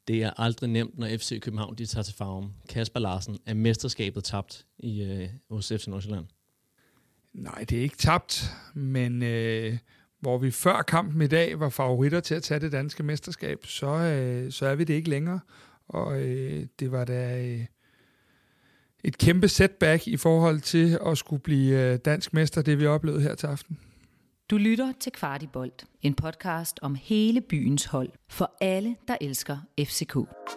Det er aldrig nemt, når FC København de tager til Farum. Kasper Larsen, er mesterskabet tabt hos FC Nordsjælland? Nej, det er ikke tabt, men hvor vi før kampen i dag var favoritter til at tage det danske mesterskab, så er vi det ikke længere. Og det var da et kæmpe setback i forhold til at skulle blive dansk mester, det vi oplevede her til aften. Du lytter til Kvartibolt, en podcast om hele byens hold, for alle, der elsker FCK.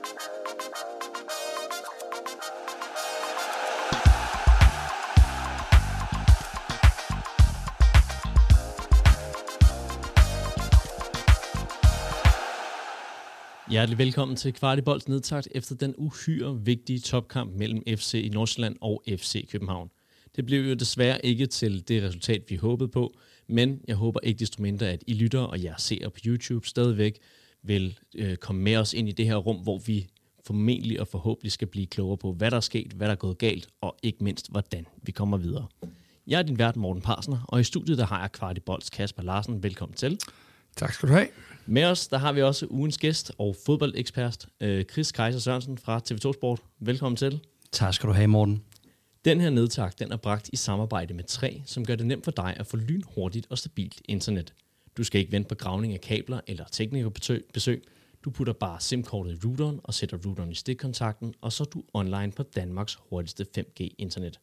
Hjertelig velkommen til Kvartibolts nedtakt efter den uhyre vigtige topkamp mellem FC Nordsjælland og FC København. Det blev jo desværre ikke til det resultat, vi håbede på, men jeg håber ikke desto mindre, at I lytter og jer ser på YouTube stadigvæk vil komme med os ind i det her rum, hvor vi formentlig og forhåbentlig skal blive klogere på, hvad der er sket, hvad der er gået galt, og ikke mindst, hvordan vi kommer videre. Jeg er din vært Morten Parsner, og i studiet der har jeg Kvartibolts Kasper Larsen. Velkommen til. Tak skal du have. Med os, der har vi også ugens gæst og fodboldekspert, Chris Kaiser Sørensen fra TV2 Sport. Velkommen til. Tak skal du have, Morten. Den her nedtakt, den er bragt i samarbejde med 3, som gør det nemt for dig at få lynhurtigt og stabilt internet. Du skal ikke vente på gravning af kabler eller teknikerbesøg. Du putter bare SIM-kortet i routeren og sætter routeren i stikkontakten, og så er du online på Danmarks hurtigste 5G-internet.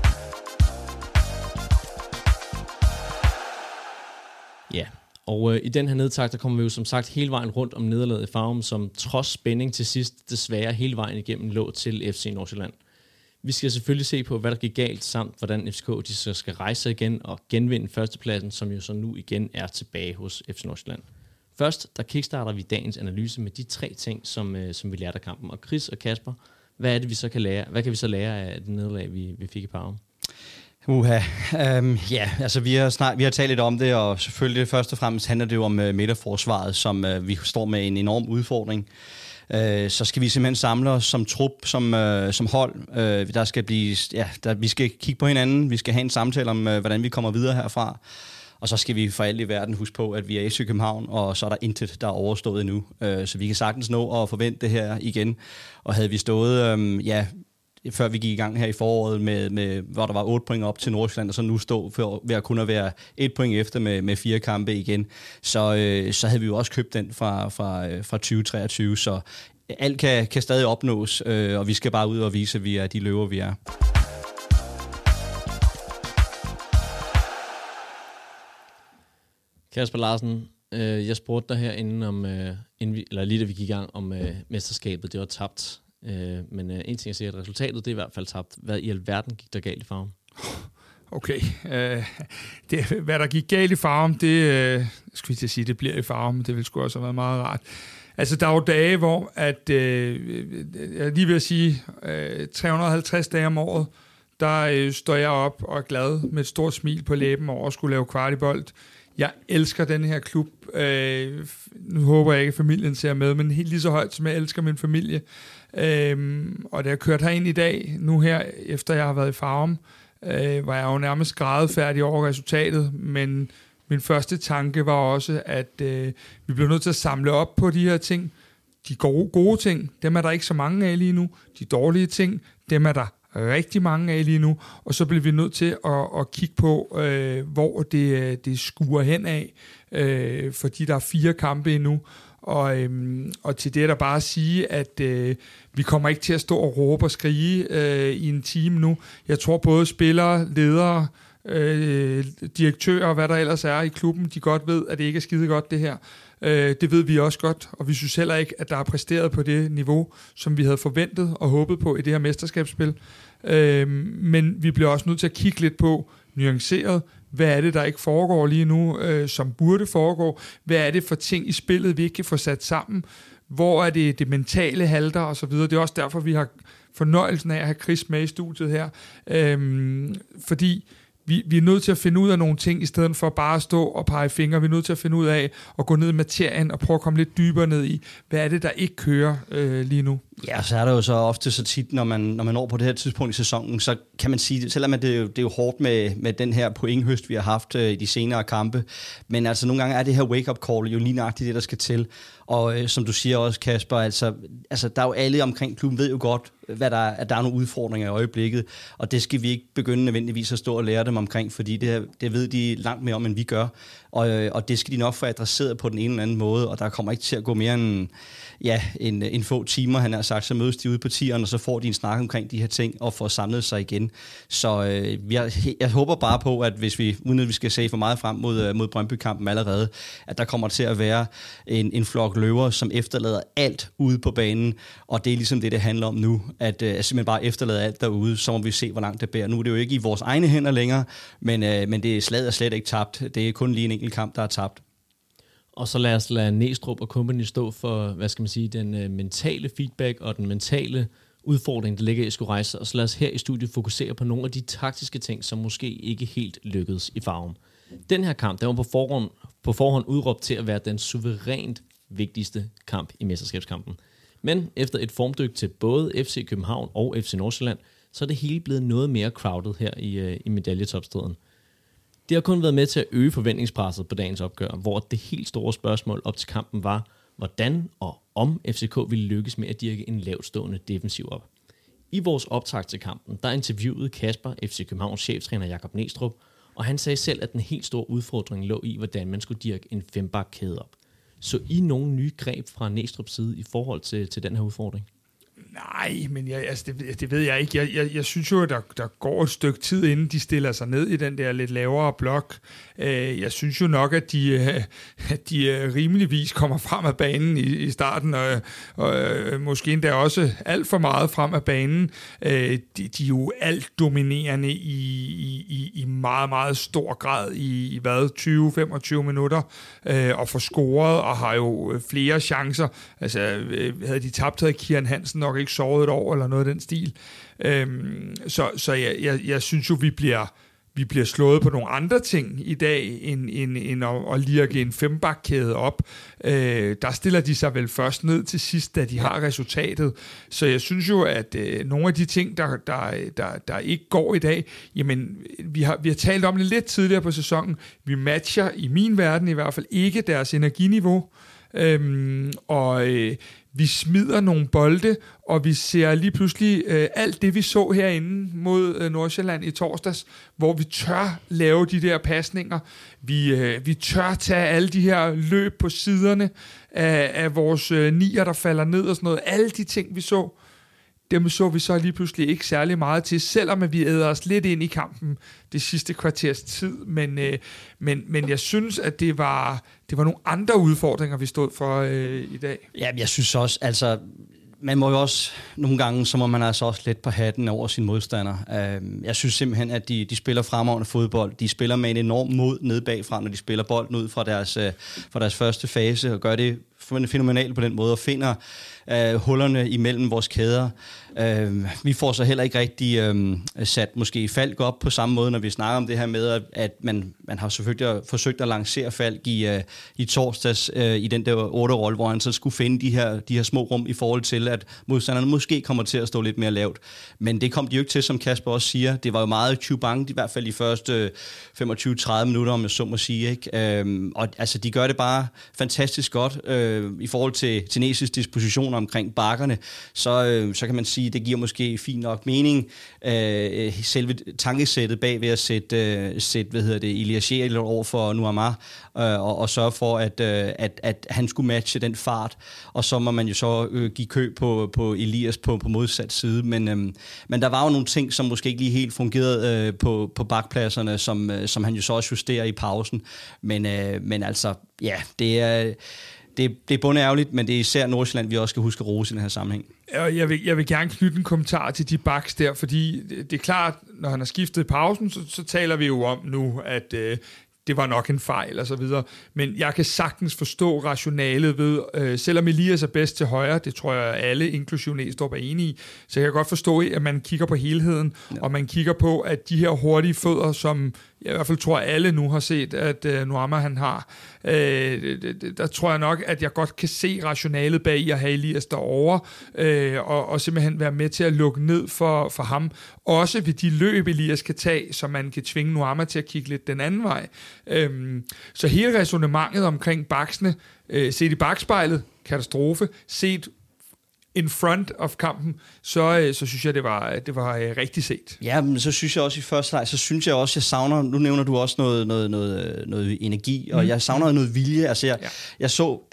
Ja, og i den her nedtakt, der kommer vi jo som sagt hele vejen rundt om nederlaget i Farum, som trods spænding til sidst desværre hele vejen igennem lå til FC Nordsjælland. Vi skal selvfølgelig se på, hvad der gik galt, samt hvordan FCK de så skal rejse sig igen og genvinde førstepladsen, som jo så nu igen er tilbage hos FC Nordsjælland. Først, der kickstarter vi dagens analyse med de 3 ting, som vi lærte af kampen. Og Chris og Kasper, hvad er det, vi så kan lære? Hvad kan vi så lære af det nederlag, vi fik i Farum? Altså vi har talt lidt om det, og selvfølgelig først og fremmest handler det jo om midterforsvaret, som vi står med en enorm udfordring. Så skal vi simpelthen samle os som trup, som hold. Vi skal kigge på hinanden, vi skal have en samtale om, hvordan vi kommer videre herfra. Og så skal vi for alt i verden huske på, at vi er i FC København, og så er der intet, der er overstået endnu. Så vi kan sagtens nå at forvente det her igen. Og havde vi stået, før vi gik i gang her i foråret, med hvor der var 8 point op til Nordsjælland, og så nu stå ved at kunne være 1 point efter med 4 kampe igen, så havde vi jo også købt den fra 2023, så alt kan stadig opnås, og vi skal bare ud og vise, at vi er de løver, vi er. Kasper Larsen, jeg spurgte dig herinde om, lige da vi gik i gang om mesterskabet, det var tabt. Men en ting jeg siger, at resultatet det er i hvert fald tabt. Hvad i alverden gik der galt i Farum? Okay, hvad der gik galt i Farum, det skal vi til at sige, det bliver i Farum, det ville sgu også have været meget rart. Altså der er jo dage, hvor jeg lige vil sige, 350 dage om året, der står jeg op og er glad med et stort smil på læben over at skulle lave Kvartibolt. Jeg elsker den her klub. Nu håber jeg ikke, at familien ser med, men helt lige så højt, som jeg elsker min familie. Og da jeg kørte herind i dag, nu her, efter jeg har været i Farum, var jeg jo nærmest grædefærdig over resultatet, men min første tanke var også, at vi bliver nødt til at samle op på de her ting. De gode ting, dem er der ikke så mange af lige nu. De dårlige ting, dem er der rigtig mange af lige nu, og så bliver vi nødt til at kigge på, hvor det skuer hen af, fordi der er 4 kampe endnu, og til det er der bare at sige, at vi kommer ikke til at stå og råbe og skrige i en time nu. Jeg tror både spillere, ledere, direktører og hvad der ellers er i klubben, de godt ved, at det ikke er skide godt det her. Det ved vi også godt, og vi synes heller ikke, at der er præsteret på det niveau, som vi havde forventet og håbet på i det her mesterskabsspil. Men vi bliver også nødt til at kigge lidt på, nuanceret, hvad er det, der ikke foregår lige nu, som burde foregå? Hvad er det for ting i spillet, vi ikke kan få sat sammen? Hvor er det mentale halter og så videre? Det er også derfor, vi har fornøjelsen af at have Chris med i studiet her. Fordi vi er nødt til at finde ud af nogle ting, i stedet for bare at stå og pege fingre. Vi er nødt til at finde ud af at gå ned i materien og prøve at komme lidt dybere ned i, hvad er det, der ikke kører lige nu. Ja, så er der jo så ofte så tit, når man når på det her tidspunkt i sæsonen, så kan man sige, selvom det er jo hårdt med den her pointhøst, vi har haft i de senere kampe, men altså nogle gange er det her wake-up call jo lige nøjagtigt det, der skal til. Og som du siger også, Kasper, altså der er jo alle omkring klubben ved jo godt, at der er nogle udfordringer i øjeblikket, og det skal vi ikke begynde nødvendigvis at stå og lære dem omkring, fordi det ved de langt mere om, end vi gør. Og det skal de nok få adresseret på den ene eller anden måde, og der kommer ikke til at gå mere end få timer, han har sagt, så mødes de ude på tieren, og så får de en snak omkring de her ting, og får samlet sig igen. Så jeg håber bare på, at hvis vi, uden at vi skal se for meget frem mod Brøndby-kampen allerede, at der kommer til at være en flok løver, som efterlader alt ude på banen, og det er ligesom det handler om nu, at simpelthen bare efterlade alt derude, så må vi se, hvor langt det bærer. Nu er det jo ikke i vores egne hænder længere, men det slaget er slet ikke tabt. Det er kun lige en enkelt kamp, der er tabt. Og så lad os lade Næstrup og company stå for, den mentale feedback og den mentale udfordring, der ligger i at skulle rejse. Og så lad os her i studiet fokusere på nogle af de taktiske ting, som måske ikke helt lykkedes i Farum. Den her kamp, den var på forhånd udråbt til at være den suverænt vigtigste kamp i mesterskabskampen. Men efter et formdyk til både FC København og FC Nordsjælland, så er det hele blevet noget mere crowded her i medaljetopstriden. Det har kun været med til at øge forventningspresset på dagens opgør, hvor det helt store spørgsmål op til kampen var, hvordan og om FCK ville lykkes med at dirke en lavtstående defensiv op. I vores optakt til kampen, der interviewede Kasper, FC Københavns cheftræner Jakob Næstrup, og han sagde selv, at den helt store udfordring lå i, hvordan man skulle dirke en 5-bakkæde op. Så I nogle nye greb fra Næstrups side i forhold til den her udfordring? Nej, men det ved jeg ikke. Jeg synes jo, at der går et stykke tid, inden de stiller sig ned i den der lidt lavere blok. Jeg synes jo nok, at de rimeligvis kommer frem af banen i starten, og måske endda også alt for meget frem af banen. De er jo alt dominerende i meget, meget stor grad i 20-25 minutter, og får scoret, og har jo flere chancer. Altså, havde de tabt, havde Kieran Hansen nok ikke sovet et år, eller noget af den stil. Så jeg synes jo, vi bliver slået på nogle andre ting i dag, end at lirke en 5-bakkæde op. Der stiller de sig vel først ned til sidst, da de har resultatet. Så jeg synes jo, at nogle af de ting, der ikke går i dag, jamen, vi har talt om det lidt tidligere på sæsonen. Vi matcher, i min verden i hvert fald, ikke deres energiniveau. Vi smider nogle bolde, og vi ser lige pludselig alt det, vi så herinde mod Nordsjælland i torsdags, hvor vi tør lave de der pasninger. Vi tør tage alle de her løb på siderne af vores nier, der falder ned og sådan noget. Alle de ting, vi så, dem så vi så lige pludselig ikke særlig meget til, selvom vi æder os lidt ind i kampen det sidste kvarters tid. Men jeg synes, at det var nogle andre udfordringer, vi stod for i dag. Ja, jeg synes også, altså, man må jo også, nogle gange, så må man altså også lidt på hatten over sine modstandere. Jeg synes simpelthen, at de spiller fremragende fodbold. De spiller med en enorm mod nede bagfra, når de spiller bolden ud fra deres første fase, og gør det fænomenalt på den måde, og finder hullerne imellem vores kæder. Vi får så heller ikke rigtig sat måske Falk op på samme måde, når vi snakker om det her med, at man har selvfølgelig forsøgt at lancere Falk i torsdags i den der 8-rolle, hvor han så skulle finde de her små rum i forhold til, at modstanderne måske kommer til at stå lidt mere lavt. Men det kom de jo ikke til, som Kasper også siger. Det var jo meget Chubang, i hvert fald de første 25-30 minutter, om jeg så må sige. Ikke? Og altså, de gør det bare fantastisk godt i forhold til Næsis dispositioner omkring bakkerne. Så kan man sige, det giver måske fint nok mening. Selve tankesættet bag ved at sætte Iliashiel over for Nuamar og sørge for, at han skulle matche den fart. Og så må man jo så give køb på Elias på modsat side. Men der var jo nogle ting, som måske ikke lige helt fungerede på bakpladserne, som han jo så også justerer i pausen. Men altså, ja, det er bundærgerligt, men det er især Nordsjælland, vi også skal huske at rose i den her sammenhæng. Jeg vil gerne knytte en kommentar til de backs der, fordi det er klart, når han har skiftet i pausen, så taler vi jo om nu, at det var nok en fejl og så videre. Men jeg kan sagtens forstå rationalet ved, selvom Elias er bedst til højre, det tror jeg alle, inklusive Næstrup, er enige i, så jeg kan godt forstå, at man kigger på helheden, og man kigger på, at de her hurtige fødder, som jeg i hvert fald tror, alle nu har set, at Nuama han har, der tror jeg nok, at jeg godt kan se rationalet bag at have Elias derovre, og simpelthen være med til at lukke ned for ham. Også ved de løb, Elias kan tage, så man kan tvinge Nuama til at kigge lidt den anden vej. Så hele resonemanget omkring baksene, set i bagspejlet, katastrofe, set in front of kampen, så synes jeg, det var rigtig set. Ja, men så synes jeg også i første leg, så synes jeg også, jeg savner, nu nævner du også noget energi, og jeg savner noget vilje. Altså, jeg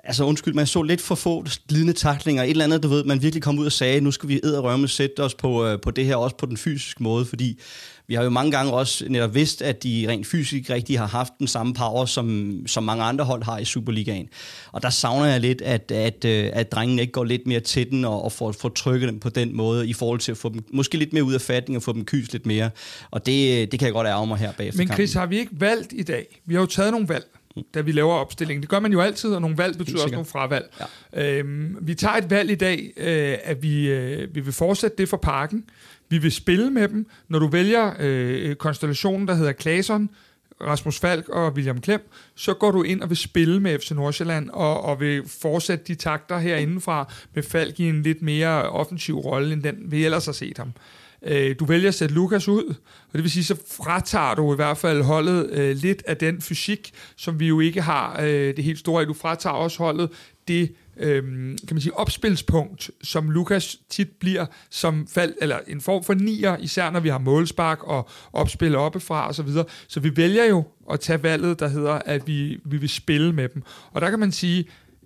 så lidt for få glidende tacklinger, et eller andet, du ved, man virkelig kom ud og sagde, nu skal vi edderrømme sætte os på det her, også på den fysiske måde, fordi vi har jo mange gange også netop vidst, at de rent fysisk rigtig har haft den samme power, som mange andre hold har i Superligaen. Og der savner jeg lidt, at drengene ikke går lidt mere til den og får trykket dem på den måde, i forhold til at få dem måske lidt mere ud af fatning og få dem kyst lidt mere. Og det kan jeg godt ærge mig her bagefter. Men Chris, har vi ikke valgt i dag? Vi har jo taget nogle valg, da vi laver opstillingen. Det gør man jo altid, og nogle valg betyder også nogle fravalg. Ja. Vi tager et valg i dag, at vi vil fortsætte det for Parken. Vi vil spille med dem. Når du vælger konstellationen, der hedder Claesson, Rasmus Falk og William Klem, så går du ind og vil spille med FC Nordsjælland og vil fortsætte de takter herindefra med Falk i en lidt mere offensiv rolle, end den vi ellers har set ham. Du vælger at sætte Lukas ud, og det vil sige, så fratager du i hvert fald holdet lidt af den fysik, som vi jo ikke har det helt store i. Du fratager også holdet det kan man sige, opspilspunkt, som Lukas tit bliver som eller en form for nier, især når vi har målspark og opspil oppefra og så videre. Så vi vælger jo at tage valget, der hedder, at vi vil spille med dem. Og der kan man sige,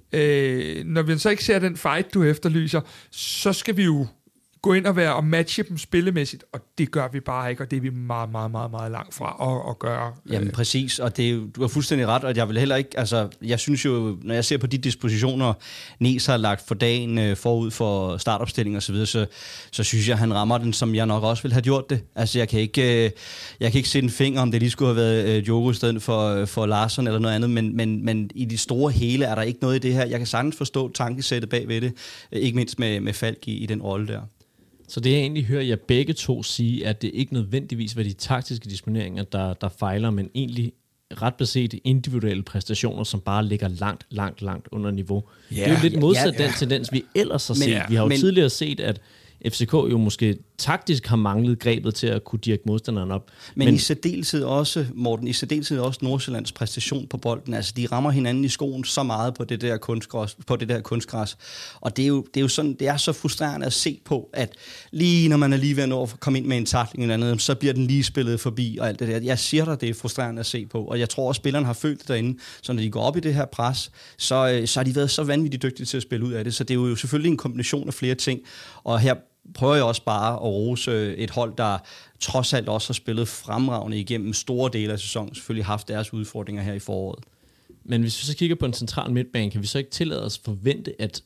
når vi så ikke ser den fight, du efterlyser, så skal vi jo gå ind og matche dem spillemæssigt, og det gør vi bare ikke, og det er vi meget, meget, meget, meget langt fra at gøre. Jamen præcis, og det er jo, du har fuldstændig ret, og jeg vil heller ikke, altså jeg synes jo, når jeg ser på de dispositioner, Nes har lagt for dagen forud for startopstilling og så videre, så synes jeg, han rammer den, som jeg nok også ville have gjort det. Altså jeg kan ikke sætte en finger, om det lige skulle have været Djoko i stedet for Larsson eller noget andet, men i de store hele er der ikke noget i det her. Jeg kan sagtens forstå tankesættet bag ved det, ikke mindst med Falk i den rolle der. Så det jeg egentlig hører jer begge to sige, at det ikke nødvendigvis var de taktiske disponeringer, der fejler, men egentlig ret beset individuelle præstationer, som bare ligger langt under niveau. Det er jo lidt modsat den tendens, vi ellers har set. Vi har jo tidligere set, at FCK jo måske taktisk har manglet grebet til at kunne dirke modstanderen op. Men i særdeleshed også, Morten, Nordsjællands præstation på bolden. Altså, de rammer hinanden i skoen så meget på det der kunstgræs. Og det er jo sådan, det er så frustrerende at se på, at lige når man er lige ved at nå at komme ind med en tackling eller andet, så bliver den lige spillet forbi og alt det der. Jeg siger dig, det er frustrerende at se på. Og jeg tror også, spillerne har følt det derinde. Så når de går op i det her pres, så har de været så vanvittigt dygtige til at spille ud af det. Så det er jo selvfølgelig en kombination af flere ting. Og her prøver jeg også bare at rose et hold, der trods alt også har spillet fremragende igennem store dele af sæsonen, selvfølgelig haft deres udfordringer her i foråret. Men hvis vi så kigger på en central midtbane, kan vi så ikke tillade os forvente, at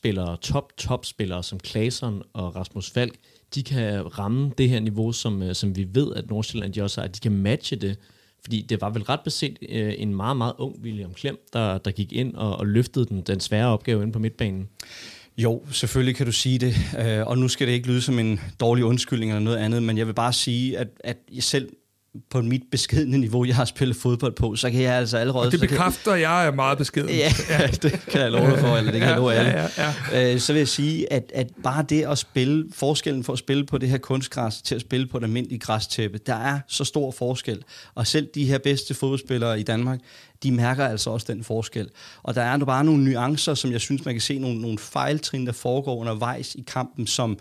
topspillere som Claesson og Rasmus Falk, de kan ramme det her niveau, som vi ved, at Nordsjælland de også har, at de kan matche det. Fordi det var vel ret beset en meget, meget ung William Klem, der gik ind og løftede den svære opgave inde på midtbanen. Jo, selvfølgelig kan du sige det, og nu skal det ikke lyde som en dårlig undskyldning eller noget andet, men jeg vil bare sige, at jeg selv på mit beskedne niveau, jeg har spillet fodbold på, så kan jeg altså allerede... Og det bekræfter, at jeg er meget beskeden. Ja, det kan jeg love dig for, eller det kan jeg love alle. Ja. Så vil jeg sige, at bare det at spille, forskellen for at spille på det her kunstgræs til at spille på et almindeligt græstæppe, der er så stor forskel. Og selv de her bedste fodboldspillere i Danmark, de mærker altså også den forskel. Og der er nu bare nogle nuancer, som jeg synes, man kan se nogle fejltrin, der foregår undervejs i kampen, som...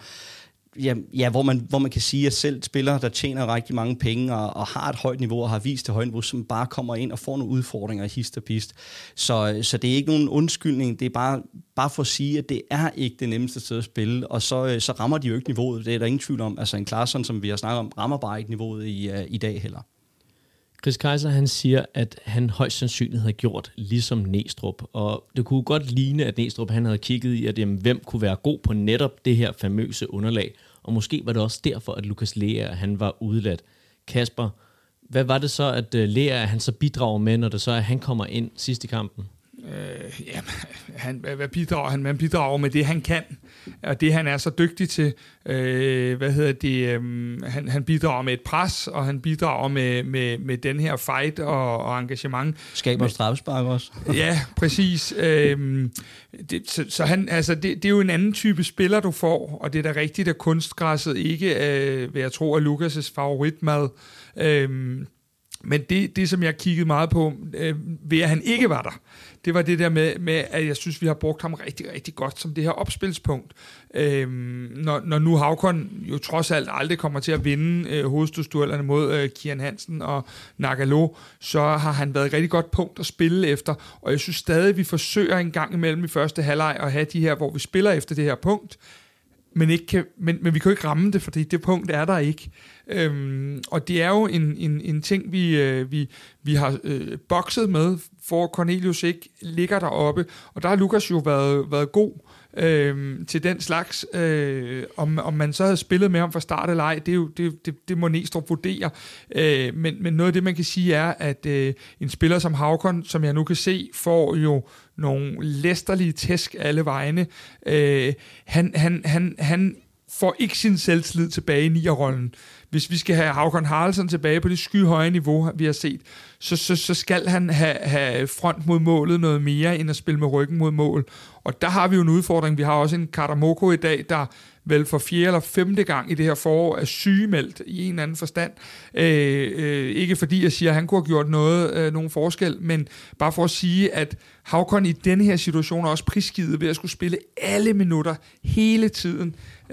Ja, hvor man kan sige, at selv spillere, der tjener rigtig mange penge og har et højt niveau og har vist det høje niveau, som bare kommer ind og får nogle udfordringer i hist og pist. Så det er ikke nogen undskyldning, det er bare for at sige, at det er ikke det nemmeste sted at spille, og så rammer de jo ikke niveauet. Det er der ingen tvivl om. Altså en Claesson, som vi har snakket om, rammer bare ikke niveauet i dag heller. Chris Kejser, han siger, at han højst sandsynligt havde gjort ligesom Næstrup, og det kunne godt ligne, at Næstrup han havde kigget i, at hvem kunne være god på netop det her famøse underlag, og måske var det også derfor, at Lukas Lea han var udeladt. Kasper, Hvad var det så, at Lea han så bidrager med, når det så er, at han kommer ind sidst i kampen? Hvad bidrager han? Man bidrager med det, han kan, og det, han er så dygtig til. Han bidrager med et pres, og han bidrager med den her fight og engagement. Skaber straffespark også. Ja, præcis. Så han, altså, det er jo en anden type spiller, du får, og det er da rigtigt, at kunstgræsset ikke vil jeg tro, er Lukas' favoritmad. Men det, som jeg kiggede meget på, ved at han ikke var der, det var det der med, at jeg synes, vi har brugt ham rigtig, rigtig godt som det her opspilspunkt. Når nu Haukon jo trods alt aldrig kommer til at vinde hovedstødsduellerne mod Kian Hansen og Nagalo, så har han været et rigtig godt punkt at spille efter, og jeg synes stadig, vi forsøger en gang imellem i første halvleg at have de her, hvor vi spiller efter det her punkt, men vi kan jo ikke ramme det, fordi det punkt er der ikke. Og det er jo en ting, vi har bokset med, for Cornelius ikke ligger deroppe. Og der har Lukas jo været god til den slags. Om man så havde spillet med ham fra start eller ej, det må Næstrup vurdere. Men noget af det, man kan sige, er, at en spiller som Haukon, som jeg nu kan se, får jo nogle læsterlige tæsk alle vegne. Han får ikke sin selvtillid tilbage i nierrollen. Hvis vi skal have Haukon Haraldsson tilbage på det skyhøje niveau, vi har set, så skal han have front mod målet noget mere, end at spille med ryggen mod mål. Og der har vi jo en udfordring. Vi har også en Karamoko i dag, der vel for 4. eller 5. gang i det her forår er sygemeldt i en eller anden forstand. Ikke fordi jeg siger, at han kunne have gjort nogen forskel, men bare for at sige, at Haukon i denne her situation er også prisgivet ved at skulle spille alle minutter hele tiden.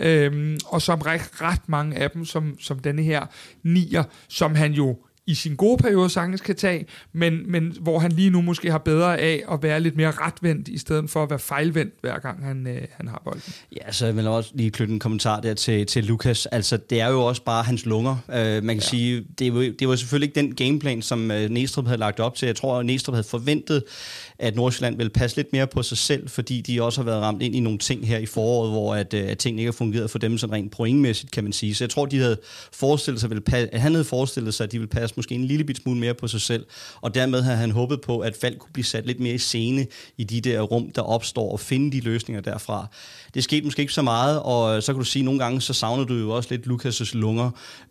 Og som ret mange af dem, som denne her nier, som han jo i sin gode periode sagtens kan tage, men hvor han lige nu måske har bedre af at være lidt mere retvendt, i stedet for at være fejlvendt, hver gang han har bolden. Ja, så jeg vil også lige knytte en kommentar der til Lukas. Altså, det er jo også bare hans lunger. Man kan sige, det var selvfølgelig ikke den gameplan, som Næstrup havde lagt op til. Jeg tror, at Næstrup havde forventet, at Nordsjælland ville passe lidt mere på sig selv, fordi de også har været ramt ind i nogle ting her i foråret, hvor at tingene ikke har fungeret for dem sådan rent pointmæssigt, kan man sige. Så jeg tror, de havde forestillet sig, at han havde forestillet sig, at de ville passe måske en lille bit smule mere på sig selv, og dermed havde han håbet på, at Falk kunne blive sat lidt mere i scene i de der rum, der opstår, og finde de løsninger derfra. Det skete måske ikke så meget, og så kan du sige, at nogle gange så savner du jo også lidt Lukas' lunger,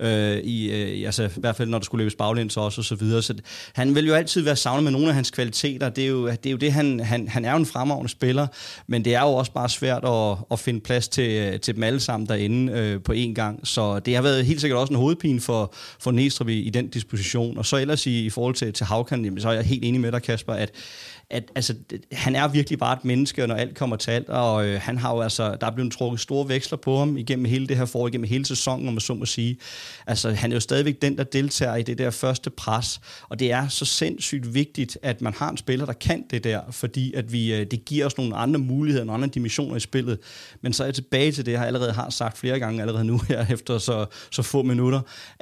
altså i hvert fald når der skulle løbes baglæns også, og så videre. Så han vil jo altid være savnet med nogle af hans kvaliteter. Det er jo det, han er jo en fremragende spiller, men det er jo også bare svært at finde plads til dem alle sammen derinde på én gang. Så det har været helt sikkert også en hovedpine for Næstrup i den disposition. Og så ellers i forhold til Haukon, så er jeg helt enig med dig, Kasper, at altså, han er virkelig bare et menneske, når alt kommer til alt, og han har jo altså, der er blevet trukket store veksler på ham igennem hele det her forår, igennem hele sæsonen, om man så må sige. Altså, han er jo stadigvæk den, der deltager i det der første pres, og det er så sindssygt vigtigt, at man har en spiller, der kan det der, fordi at det giver os nogle andre muligheder, nogle andre dimensioner i spillet. Men så er jeg tilbage til det, jeg allerede har sagt flere gange allerede nu her, efter så få minutter,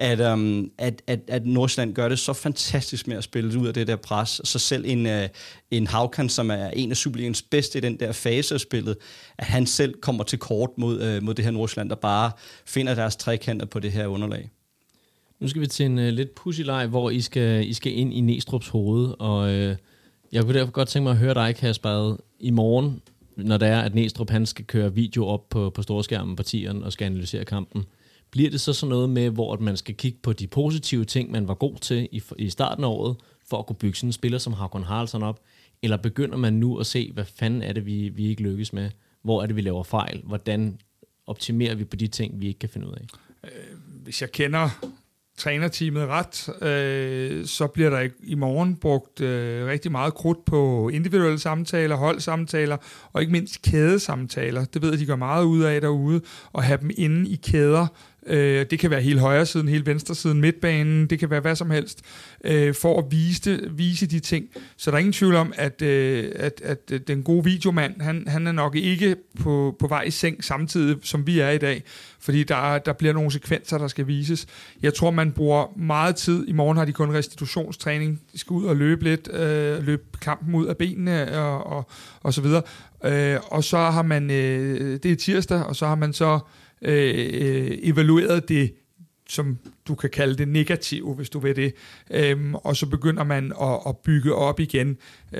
at Nordsjælland gør det så fantastisk med at spille ud af det der pres, så selv en Haukon, som er en af Superligaens bedste i den der fase af spillet, at han selv kommer til kort mod det her Nordsjælland, der bare finder deres trekanter på det her underlag. Nu skal vi til en lidt pussyleg, hvor I skal ind i Næstrups hoved, og jeg kunne derfor godt tænke mig at høre dig, Kasper, i morgen, når det er, at Næstrup han skal køre video op på storskærmen på tieren og skal analysere kampen. Bliver det så sådan noget med, hvor man skal kigge på de positive ting, man var god til i starten af året, for at kunne bygge sådan en spiller som Haukon Haraldsson op? Eller begynder man nu at se, hvad fanden er det, vi ikke lykkes med? Hvor er det, vi laver fejl? Hvordan optimerer vi på de ting, vi ikke kan finde ud af? Hvis jeg kender trænerteamet ret, så bliver der i morgen brugt rigtig meget krudt på individuelle samtaler, holdsamtaler og ikke mindst kædesamtaler. Det ved jeg, de gør meget ud af derude, og have dem inde i kæder. Det kan være hele højre siden, hele venstre siden, midtbanen, det kan være hvad som helst, for at vise de ting. Så der er ingen tvivl om, at den gode videomand, han er nok ikke på vej i seng samtidig, som vi er i dag, fordi der bliver nogle sekvenser, der skal vises. Jeg tror, man bruger meget tid. I morgen har de kun restitutionstræning. De skal ud og løbe lidt, løbe kampen ud af benene og så videre. Og så har man, det er tirsdag, og så har man så evalueret det som du kan kalde det negative, hvis du vil det. Og så begynder man at bygge op igen.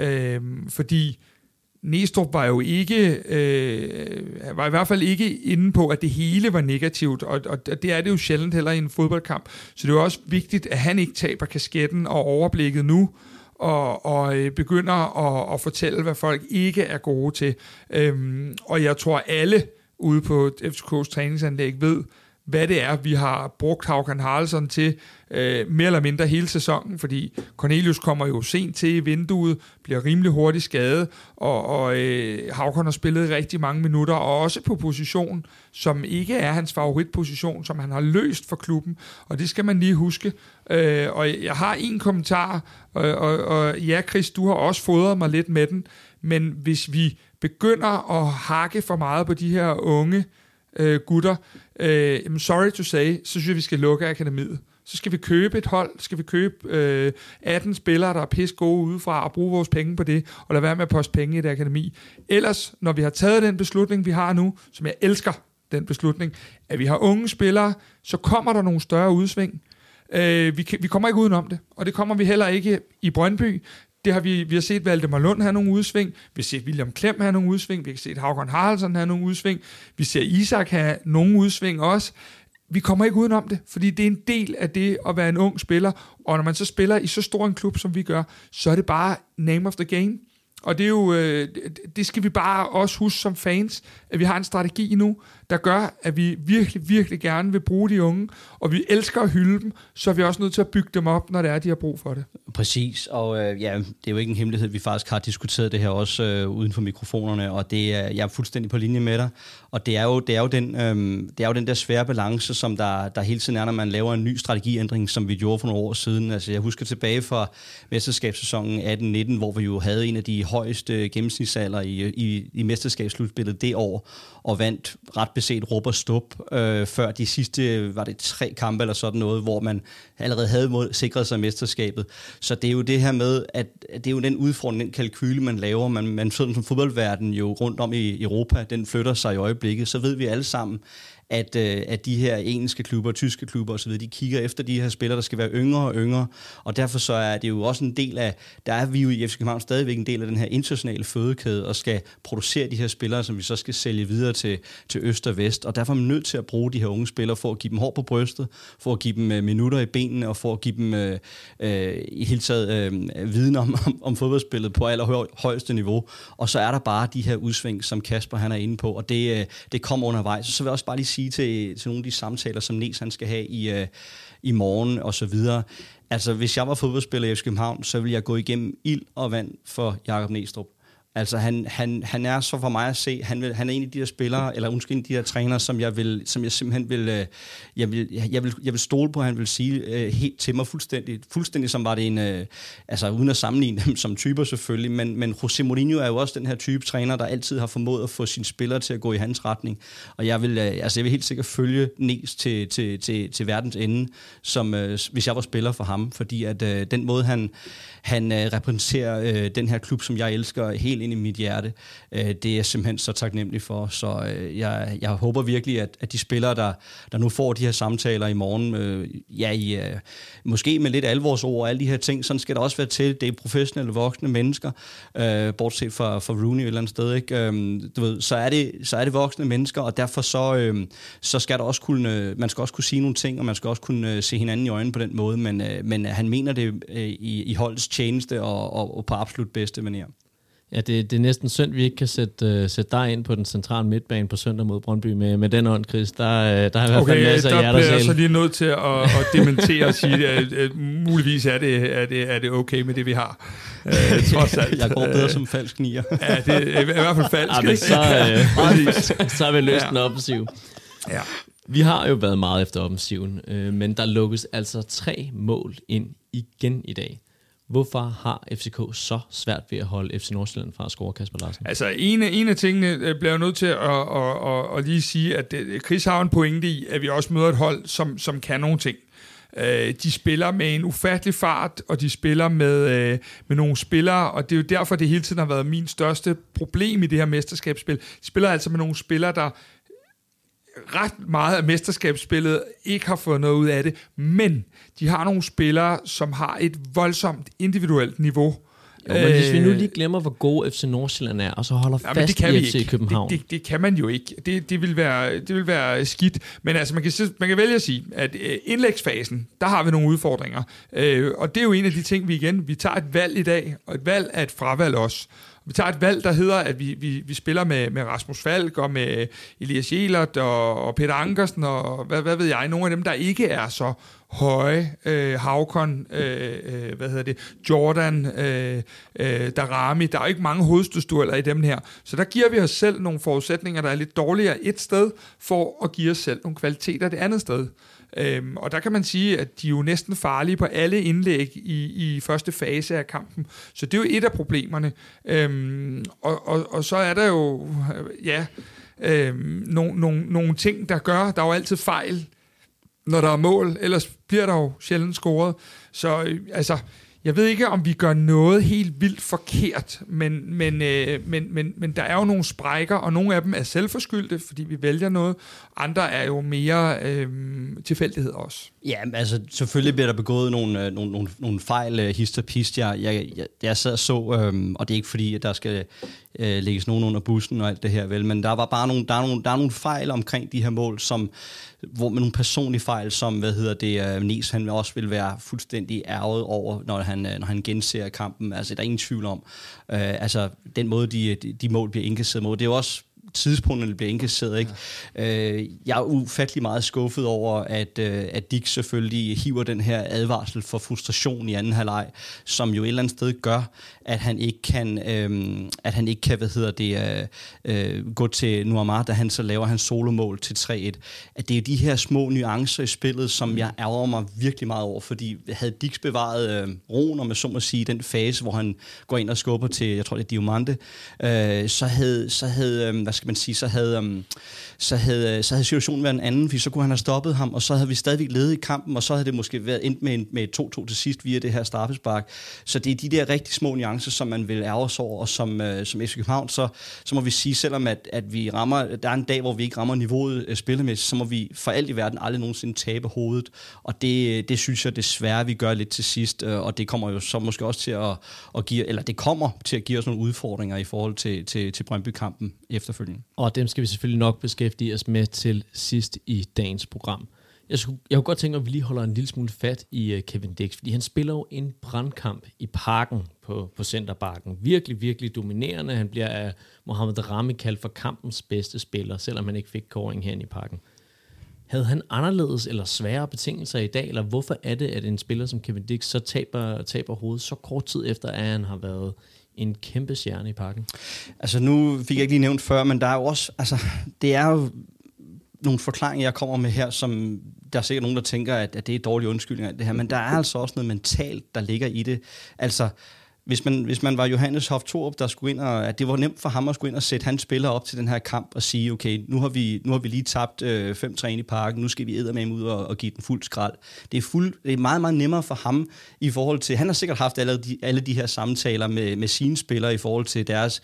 Fordi Næstrup var jo ikke, var i hvert fald ikke inde på, at det hele var negativt, og det er det jo sjældent heller i en fodboldkamp. Så det er jo også vigtigt, at han ikke taber kasketten og overblikket nu, og begynder at fortælle, hvad folk ikke er gode til. Og jeg tror, alle ude på FCK's træningsanlæg ved, hvad det er, vi har brugt Håkan Haraldsson til mere eller mindre hele sæsonen, fordi Cornelius kommer jo sent til i vinduet, bliver rimelig hurtigt skadet, og Håkan har spillet rigtig mange minutter, og også på position, som ikke er hans favoritposition, som han har løst for klubben, og det skal man lige huske. Og jeg har en kommentar, og ja, Chris, du har også fodret mig lidt med den, men hvis vi begynder at hakke for meget på de her unge gutter, sorry to say, så synes jeg, vi skal lukke akademiet. Så skal vi købe et hold, skal vi købe 18 spillere, der er pisse gode udefra, og bruge vores penge på det, og lade være med at poste penge i et akademi. Ellers, når vi har taget den beslutning, vi har nu, som jeg elsker, den beslutning, at vi har unge spillere, så kommer der nogle større udsving. Vi kommer ikke udenom det, og det kommer vi heller ikke i Brøndby. Det har vi har set Valdemar Lund have nogle udsving, vi har set William Klem have nogle udsving, vi har set Håkan Haraldsson have nogle udsving, vi ser Isak have nogle udsving også. Vi kommer ikke udenom det, fordi det er en del af det at være en ung spiller, og når man så spiller i så stor en klub, som vi gør, så er det bare name of the game. Og det er jo, det skal vi bare også huske som fans, at vi har en strategi nu, der gør, at vi virkelig, virkelig gerne vil bruge de unge, og vi elsker at hylde dem, så er vi også nødt til at bygge dem op, når det er, de har brug for det. Præcis, og ja, det er jo ikke en hemmelighed, vi faktisk har diskuteret det her også uden for mikrofonerne, og det er, jeg er fuldstændig på linje med dig, og det er jo den der svære balance, som der hele tiden er, når man laver en ny strategiændring, som vi gjorde for nogle år siden. Altså jeg husker tilbage fra mesterskabssæsonen 18-19, hvor vi jo havde en af de højeste gennemsnitsalder i mesterskabsslutspillet det år, og vandt ret beset råb og stop før de sidste, var det 3 kampe eller sådan noget, hvor man allerede havde sikret sig mesterskabet. Så det er jo det her med, at det er jo den udfordring, den kalkyle, man laver. Man sådan som fodboldverden jo rundt om i Europa, den flytter sig i øjeblikket, så ved vi alle sammen, at de her engelske klubber, tyske klubber osv., de kigger efter de her spillere, der skal være yngre og yngre, og derfor så er det jo også en del af, der er vi jo i FC København stadigvæk en del af den her internationale fødekæde, og skal producere de her spillere, som vi så skal sælge videre til øst og vest, og derfor er man nødt til at bruge de her unge spillere, for at give dem hår på brystet, for at give dem minutter i benene, og for at give dem i hele taget viden om fodboldspillet på allerhøjeste niveau, og så er der bare de her udsving, som Kasper han er inde på, og det kommer undervejs. Så vil jeg også bare lige sige til nogle af de samtaler, som Nes han skal have i morgen og så videre. Altså, hvis jeg var fodboldspiller i FC København, så ville jeg gå igennem ild og vand for Jakob Næstrup. Altså, han er så for mig at se, han er en af de der spillere, eller undskyld, en af de der trænere, som jeg simpelthen vil, jeg vil stole på, han vil sige helt til mig fuldstændig som var det en, altså uden at sammenligne dem som typer selvfølgelig, men José Mourinho er jo også den her type træner, der altid har formået at få sine spillere til at gå i hans retning, og jeg vil helt sikkert følge Nes til verdens ende, som hvis jeg var spiller for ham, fordi at den måde han repræsenterer den her klub, som jeg elsker helt ind i mit hjerte, det er jeg simpelthen så taknemmelig for. Så jeg håber virkelig, at de spillere, der nu får de her samtaler i morgen, måske med lidt alvorsord og alle de her ting, sådan skal det også være til. Det er professionelle, voksne mennesker, bortset fra Rooney et eller andet sted, ikke? Du ved, så er det voksne mennesker, og derfor så skal der også man skal også kunne sige nogle ting, og man skal også kunne se hinanden i øjnene på den måde, men han mener det i holdets tjeneste og på absolut bedste manier. Ja, det er næsten synd, vi ikke kan sætte dig ind på den centrale midtbane på søndag mod Brøndby med den ånd, Chris. Der er i hvert fald masser af hjerter. Der bliver jeg så lige nødt til at dementere og sige, at muligvis er det okay med det, vi har. Trods alt. Jeg går bedre som falsk nier. Ja, det er i hvert fald falsk. Ja, men så har vi løst en offensiv. Ja. Vi har jo været meget efter offensiven, men der lukkes altså 3 mål ind igen i dag. Hvorfor har FCK så svært ved at holde FC Nordsjælland fra at score, Kasper Larsen? Altså, en af tingene bliver jeg nødt til at lige sige, at Chris har en pointe i, at vi også møder et hold, som kan nogle ting. De spiller med en ufattelig fart, og de spiller med nogle spillere, og det er jo derfor, det hele tiden har været min største problem i det her mesterskabsspil. De spiller altså med nogle spillere, der ret meget af mesterskabsspillet ikke har fået noget ud af det, men de har nogle spillere, som har et voldsomt individuelt niveau. Jo, men hvis vi nu lige glemmer, hvor god FC Nordsjælland er, og så holder fast i FC København. Det kan man jo ikke. Det vil være skidt. Men altså, man kan vælge at sige, at indlægsfasen, der har vi nogle udfordringer. Og det er jo en af de ting, vi tager et valg i dag, og et valg er et fravalg også. Vi tager et valg, der hedder, at vi spiller med Rasmus Falk og med Elias Jelert og Peter Ankersen og hvad ved jeg, nogle af dem, der ikke er så høje, Havkon, Jordan, Darami, der er ikke mange hovedstødsdueller i dem her. Så der giver vi os selv nogle forudsætninger, der er lidt dårligere et sted, for at give os selv nogle kvaliteter det andet sted. Og der kan man sige, at de er jo næsten farlige på alle indlæg i første fase af kampen. Så det er jo et af problemerne. Og så er der jo nogle ting, der gør, der er jo altid fejl, når der er mål, ellers bliver der jo sjældent scoret. Så jeg ved ikke, om vi gør noget helt vildt forkert, men der er jo nogle sprækker, og nogle af dem er selvforskyldte, fordi vi vælger noget. Andre er jo mere tilfældighed også. Ja, altså selvfølgelig bliver der begået nogle fejl, hist og pist. Jeg sad og så, og det er ikke fordi, at der skal lægges nogen under bussen og alt det her, vel, men der var bare nogle fejl omkring de her mål, hvor med nogle personlige fejl, som, Nes, han også vil være fuldstændig ærget over, når han genser kampen. Altså, der er ingen tvivl om. Den måde, de mål bliver indkasseret mod, det er jo også tidspunkterne bliver indkasseret, ikke? Jeg er ufattelig meget skuffet over, at Dix selvfølgelig hiver den her advarsel for frustration i anden halvleg, som jo et eller andet sted gør, at han ikke kan, gå til Nuamar, da han så laver hans solomål til 3-1. At det er de her små nuancer i spillet, som jeg ærger mig virkelig meget over, fordi havde Dix bevaret roen, om jeg så må sige, den fase, hvor han går ind og skubber til, jeg tror det er Diomande, så havde situationen været en anden, fordi så kunne han have stoppet ham, og så havde vi stadigvæk ledet i kampen, og så havde det måske været endt med 2-2 til sidst via det her straffespark. Så det er de der rigtig små nuancer, som man vil ærge sig over, og som FC København, så må vi sige, selvom at vi rammer, der er en dag, hvor vi ikke rammer niveauet spillemæssigt, så må vi for alt i verden aldrig nogensinde tabe hovedet, og det synes jeg desværre, vi gør lidt til sidst, og det kommer jo så måske også til at give, eller det kommer til at give os nogle udfordringer i forhold til Brøndby-kampen efterfølgende. Og dem skal vi selvfølgelig nok beskæftige os med til sidst i dagens program. Jeg kunne godt tænke mig, at vi lige holder en lille smule fat i Kevin Dix, fordi han spiller jo en brandkamp i Parken på Centerparken. Virkelig, virkelig dominerende. Han bliver af Mohamed Darami kaldt for kampens bedste spiller, selvom han ikke fik kåring herinde i Parken. Havde han anderledes eller sværere betingelser i dag, eller hvorfor er det, at en spiller som Kevin Dix så taber hovedet så kort tid efter, at han har været en kæmpe stjerne i Parken? Altså nu fik jeg ikke lige nævnt før, men der er jo også, det er jo nogle forklaringer, jeg kommer med her, som der er sikkert nogen, der tænker, at det er dårlige undskyldninger, det her, men der er altså også noget mentalt, der ligger i det. Altså, hvis man var Johannes Hoff Thorup, der skulle ind at det var nemt for ham at skulle ind og sætte hans spillere op til den her kamp og sige, okay, nu har vi lige tabt 5-3 i Parken, nu skal vi eddermame ud og give den fuld skrald. Det er meget, meget nemmere for ham i forhold til, han har sikkert haft alle de her samtaler med sine spillere i forhold til deres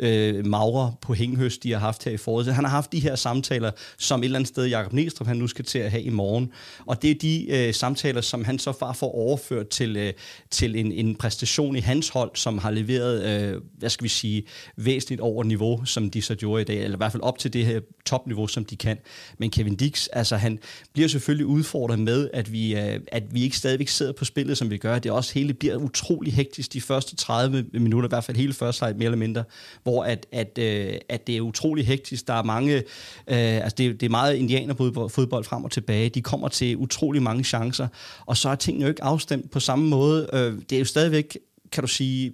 magre på hænghøst, de har haft her i foråret. Han har haft de her samtaler, som et eller andet sted Jakob Næstrup, han nu skal til at have i morgen. Og det er de samtaler, som han så får overført til en præstation i hans hold, som har leveret, væsentligt over niveau, som de så gjorde i dag, eller i hvert fald op til det her topniveau, som de kan. Men Kevin Dix, han bliver selvfølgelig udfordret med, at vi ikke stadigvæk sidder på spillet, som vi gør. Det også hele bliver utrolig hektisk de første 30 minutter, i hvert fald hele første halvleg mere eller mindre, hvor at det er utrolig hektisk. Der er mange, det er meget indianerfodbold frem og tilbage. De kommer til utrolig mange chancer, og så er tingene jo ikke afstemt på samme måde. Det er jo stadigvæk, kan du sige,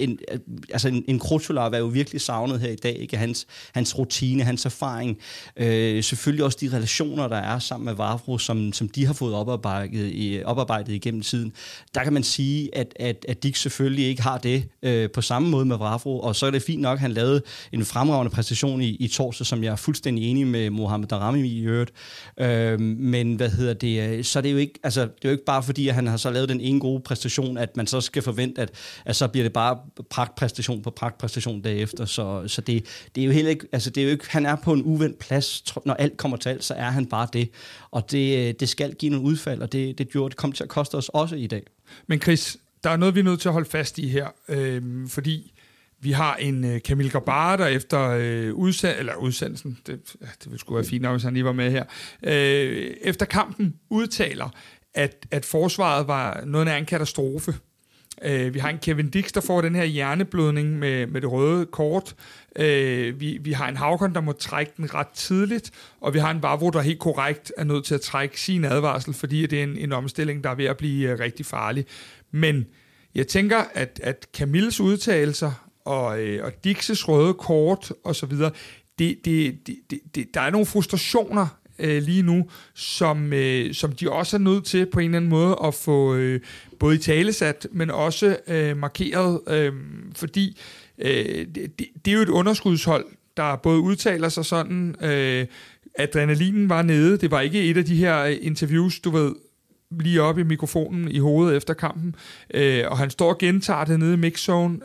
en Krotulov er jo virkelig savnet her i dag, ikke? Hans rutine, hans erfaring, selvfølgelig også de relationer, der er sammen med Vavro, som de har fået oparbejdet igennem tiden. Der kan man sige, at Dix selvfølgelig ikke har det på samme måde med Vavro, og så er det fint nok, at han lavede en fremragende præstation i torsdag, som jeg er fuldstændig enig med Mohamed Darami i øvrigt. Men så er det jo ikke, det er jo ikke bare fordi, at han har så lavet den ene gode præstation, at man så skal forvente, at så bliver det bare pragtpræstation på pragtpræstation derefter, så det er jo heller ikke, altså det er jo ikke, han er på en uvendt plads, når alt kommer til alt, så er han bare det, og det skal give nogle udfald, og det kom til at koste os også i dag. Men Chris, der er noget, vi er nødt til at holde fast i her, fordi vi har en Kamil Grabara, der efter udsendelsen, det ville sgu være fint nok, hvis han lige var med her, efter kampen udtaler, at forsvaret var noget af en katastrofe. Vi har en Kevin Dix, der får den her hjerneblødning med det røde kort. Vi har en Haugen, der må trække den ret tidligt, og vi har en Vavro, der helt korrekt er nødt til at trække sin advarsel, fordi det er en omstilling, der er ved at blive rigtig farlig. Men jeg tænker, at Camilles udtalelser og Dixes røde kort og så videre, der er nogle frustrationer lige nu, som de også er nødt til på en eller anden måde at få både i talesat, men også markeret, fordi det er jo et underskudshold, der både udtaler sig sådan, adrenalinen var nede, det var ikke et af de her interviews, du ved, lige op i mikrofonen i hovedet efter kampen, og han står og gentager det nede i mixzone,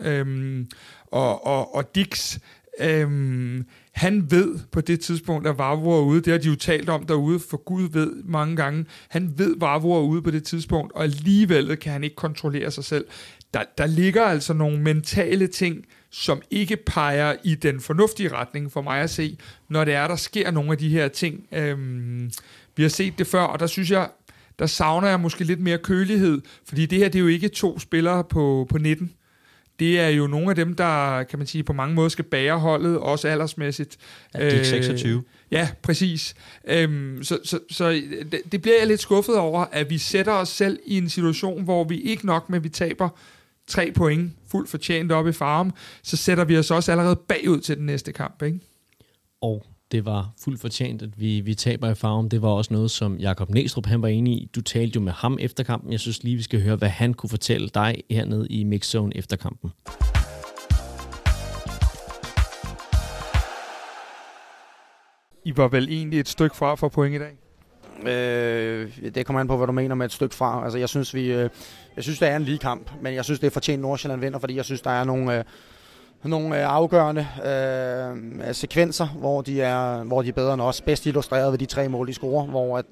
og Dix, han ved på det tidspunkt, at Vavro er ude. Det har de jo talt om derude, for Gud ved mange gange. Han ved, at Vavro er ude på det tidspunkt, og alligevel kan han ikke kontrollere sig selv. Der ligger altså nogle mentale ting, som ikke peger i den fornuftige retning for mig at se, når det er, der sker nogle af de her ting. Vi har set det før, og der synes jeg, der savner jeg måske lidt mere kølighed, fordi det her, det er jo ikke 2 spillere på 19. Det er jo nogle af dem, der, kan man sige, på mange måder skal bære holdet, også aldersmæssigt. Ja, det er 26. Ja, præcis. Så det bliver jeg lidt skuffet over, at vi sætter os selv i en situation, hvor vi ikke nok med, at vi taber 3 point fuldt fortjent op i Farum, så sætter vi os også allerede bagud til den næste kamp, ikke? Og det var fuldt fortjent, at vi taber i Farum. Det var også noget, som Jakob Næstrup, han var enig i. Du talte jo med ham efter kampen. Jeg synes lige, vi skal høre, hvad han kunne fortælle dig hernede i mixzone efter kampen. I var vel egentlig et stykke fra for point i dag? Det kommer an på, hvad du mener med et stykke fra. Altså, jeg synes, det er en lige kamp, men jeg synes, det er fortjent, Nordsjælland vinder, fordi jeg synes, der er nogle afgørende sekvenser, hvor de er bedre end os. Bedst illustreret ved de 3 mål, de scorer,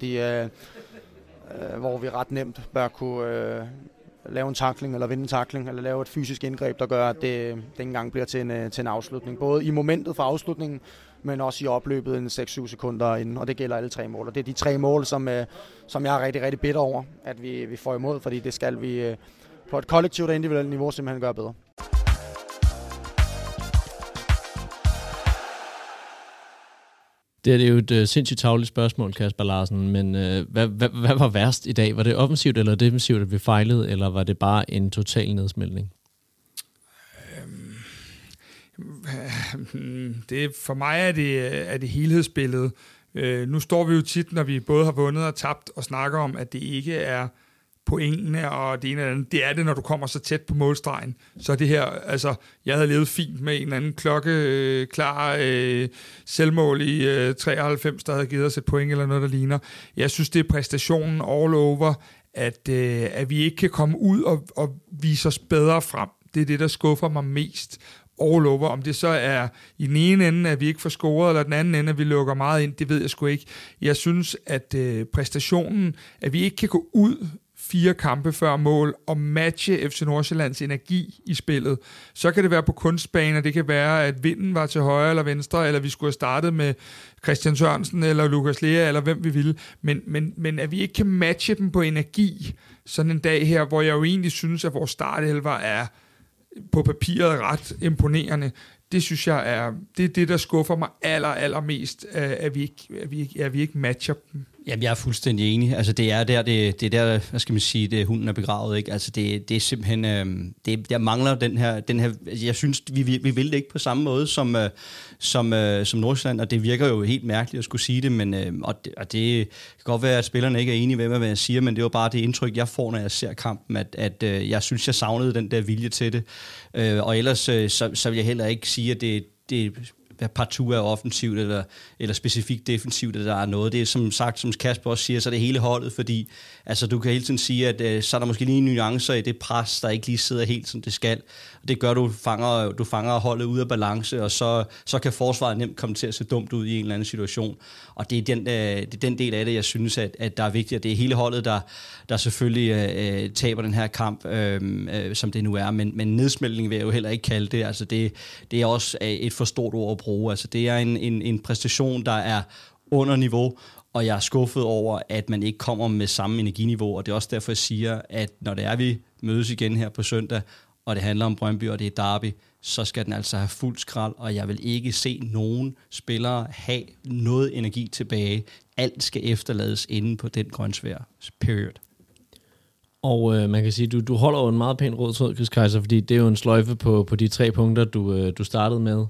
hvor vi ret nemt bør kunne lave en tackling, eller vinde en tackling, eller lave et fysisk indgreb, der gør, at det ikke engang bliver til en afslutning. Både i momentet for afslutningen, men også i opløbet en 6-7 sekunder inden, og det gælder alle 3 mål. Og det er de 3 mål, som jeg er rigtig, rigtig bitter over, at vi får imod, fordi det skal vi på et kollektivt og individuelt niveau simpelthen gøre bedre. Det er jo et sindssygt tarveligt spørgsmål, Kasper Larsen, men hvad var værst i dag? Var det offensivt eller defensivt, at vi fejlede, eller var det bare en total nedsmeltning? For mig er det helhedsbilledet. Nu står vi jo tit, når vi både har vundet og tabt, og snakker om, at det ikke er pointene og det ene eller andet. Det er det, når du kommer så tæt på målstregen. Så det her, altså, jeg havde levet fint med en eller anden klokkeklar selvmål i 93, der havde givet os et point eller noget, der ligner. Jeg synes, det er præstationen all over, at vi ikke kan komme ud og vise os bedre frem. Det er det, der skuffer mig mest all over. Om det så er i den ene ende, at vi ikke får scoret, eller den anden ende, at vi lukker meget ind, det ved jeg sgu ikke. Jeg synes, at præstationen, at vi ikke kan gå ud 4 kampe før mål og matche FC Nordsjællands energi i spillet. Så kan det være på kunstbaner, det kan være, at vinden var til højre eller venstre, eller vi skulle have startet med Christian Sørensen eller Lukas Lea, eller hvem vi ville. Men at vi ikke kan matche dem på energi sådan en dag her, hvor jeg jo egentlig synes, at vores startelver er på papiret ret imponerende. Det synes jeg er det, der skuffer mig allermest, at vi ikke matcher dem. Jamen, jeg er fuldstændig enig. Altså, det er der, hvad skal man sige, det hunden er begravet, ikke? Altså, det er simpelthen, der mangler den her, jeg synes, vi vil det ikke på samme måde som Nordsjælland, og det virker jo helt mærkeligt at skulle sige det, men, og det kan godt være, at spillerne ikke er enige med, hvad jeg siger, men det var bare det indtryk, jeg får, når jeg ser kampen, at jeg synes, jeg savnede den der vilje til det. Og ellers, så vil jeg heller ikke sige, at det hvad partout er offensivt, eller specifikt defensivt, der er noget. Det er som sagt, som Kasper også siger, så er det hele holdet, fordi altså, du kan hele tiden sige, at så er der måske lige nuancer i det pres, der ikke lige sidder helt, som det skal. Det gør, du fanger holdet ud af balance, og så kan forsvaret nemt komme til at se dumt ud i en eller anden situation. Og det er den del af det, jeg synes, at der er vigtigt, at det er hele holdet, der selvfølgelig taber den her kamp, som det nu er. Men nedsmeltning vil jeg jo heller ikke kalde det. Altså det er også et for stort ord at bruge. Altså det er en præstation, der er under niveau, og jeg er skuffet over, at man ikke kommer med samme energiniveau, og det er også derfor, jeg siger, at når det er, vi mødes igen her på søndag, og det handler om Brøndby, og det er derby, så skal den altså have fuld skrald, og jeg vil ikke se nogen spillere have noget energi tilbage. Alt skal efterlades inde på den grønsvær period. Og man kan sige, du holder jo en meget pæn rød tråd, Chris Kejser, fordi det er jo en sløjfe på de 3 punkter, du startede med.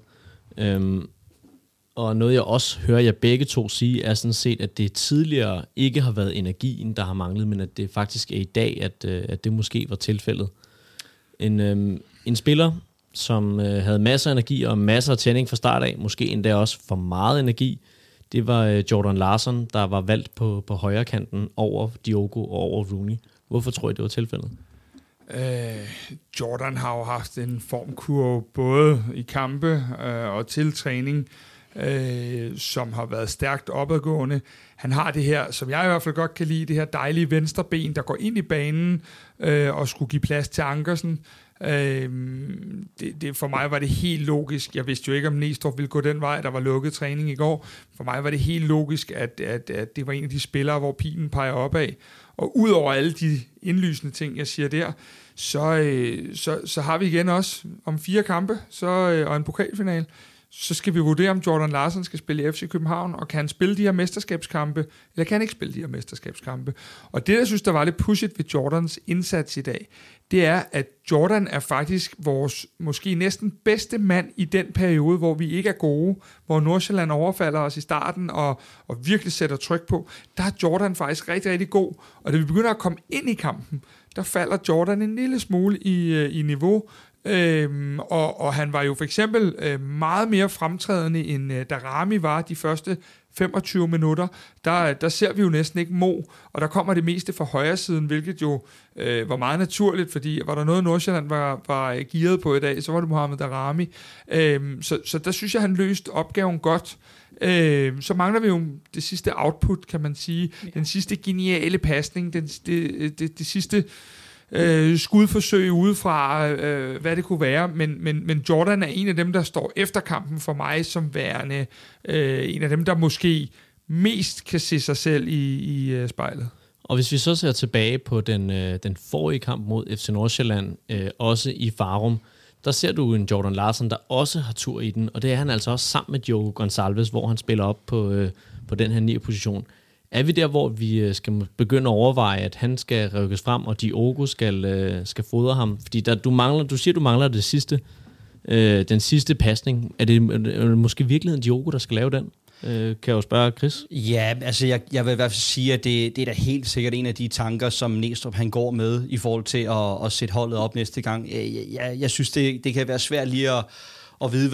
Og noget, jeg også hører jer begge to sige, er sådan set, at det tidligere ikke har været energien, der har manglet, men at det faktisk er i dag, at det måske var tilfældet. En spiller, som havde masser af energi og masser af tænding fra start af, måske endda også for meget energi, det var Jordan Larsson, der var valgt på højre kanten over Diogo og over Rooney. Hvorfor tror I, det var tilfældet? Jordan har jo haft en formkurve både i kampe og til træning, som har været stærkt opadgående. Han har det her, som jeg i hvert fald godt kan lide, det her dejlige venstre ben, der går ind i banen og skulle give plads til Ankersen. For mig var det helt logisk. Jeg vidste jo ikke, om Næstrup ville gå den vej. Der var lukket træning i går. For mig var det helt logisk, at det var en af de spillere, hvor pilen peger opad. Og ud over alle de indlysende ting, jeg siger der, så har vi igen også om 4 kampe og en pokalfinale. Så skal vi vurdere, om Jordan Larsson skal spille i FC København, og kan han spille de her mesterskabskampe, eller kan han ikke spille de her mesterskabskampe. Og det, jeg synes, der var lidt pushet ved Jordans indsats i dag, det er, at Jordan er faktisk vores måske næsten bedste mand i den periode, hvor vi ikke er gode, hvor Nordsjælland overfalder os i starten og virkelig sætter tryk på. Der er Jordan faktisk rigtig, rigtig god. Og da vi begynder at komme ind i kampen, der falder Jordan en lille smule i niveau. Og han var jo for eksempel meget mere fremtrædende end Darami var de første 25 minutter. Der ser vi jo næsten ikke Mo, og der kommer det meste fra højre siden, hvilket jo var meget naturligt, fordi var der noget Nordsjælland var gearet på i dag, så var det Mohamed Darami. Så der synes jeg, han løste opgaven godt. Så mangler vi jo det sidste output, kan man sige. Den sidste geniale pasning, det sidste skudforsøg udefra, hvad det kunne være, men Jordan er en af dem, der står efter kampen for mig som værende en af dem, der måske mest kan se sig selv i spejlet. Og hvis vi så ser tilbage på den forrige kamp mod FC Nordsjælland, også i Farum, der ser du en Jordan Larsson, der også har tur i den, og det er han altså også sammen med Diogo Gonçalves, hvor han spiller op på den her 9. position. Er vi der, hvor vi skal begynde at overveje, at han skal rykkes frem, og Diogo skal fodre ham? Fordi du siger, du mangler det sidste, den sidste pasning. Er det måske virkeligheden Diogo, der skal lave den? Kan jeg jo spørge Chris? Ja, altså jeg vil i hvert fald sige, at det er da helt sikkert en af de tanker, som Næstrup han går med i forhold til at sætte holdet op næste gang. Jeg synes, det kan være svært lige at vide,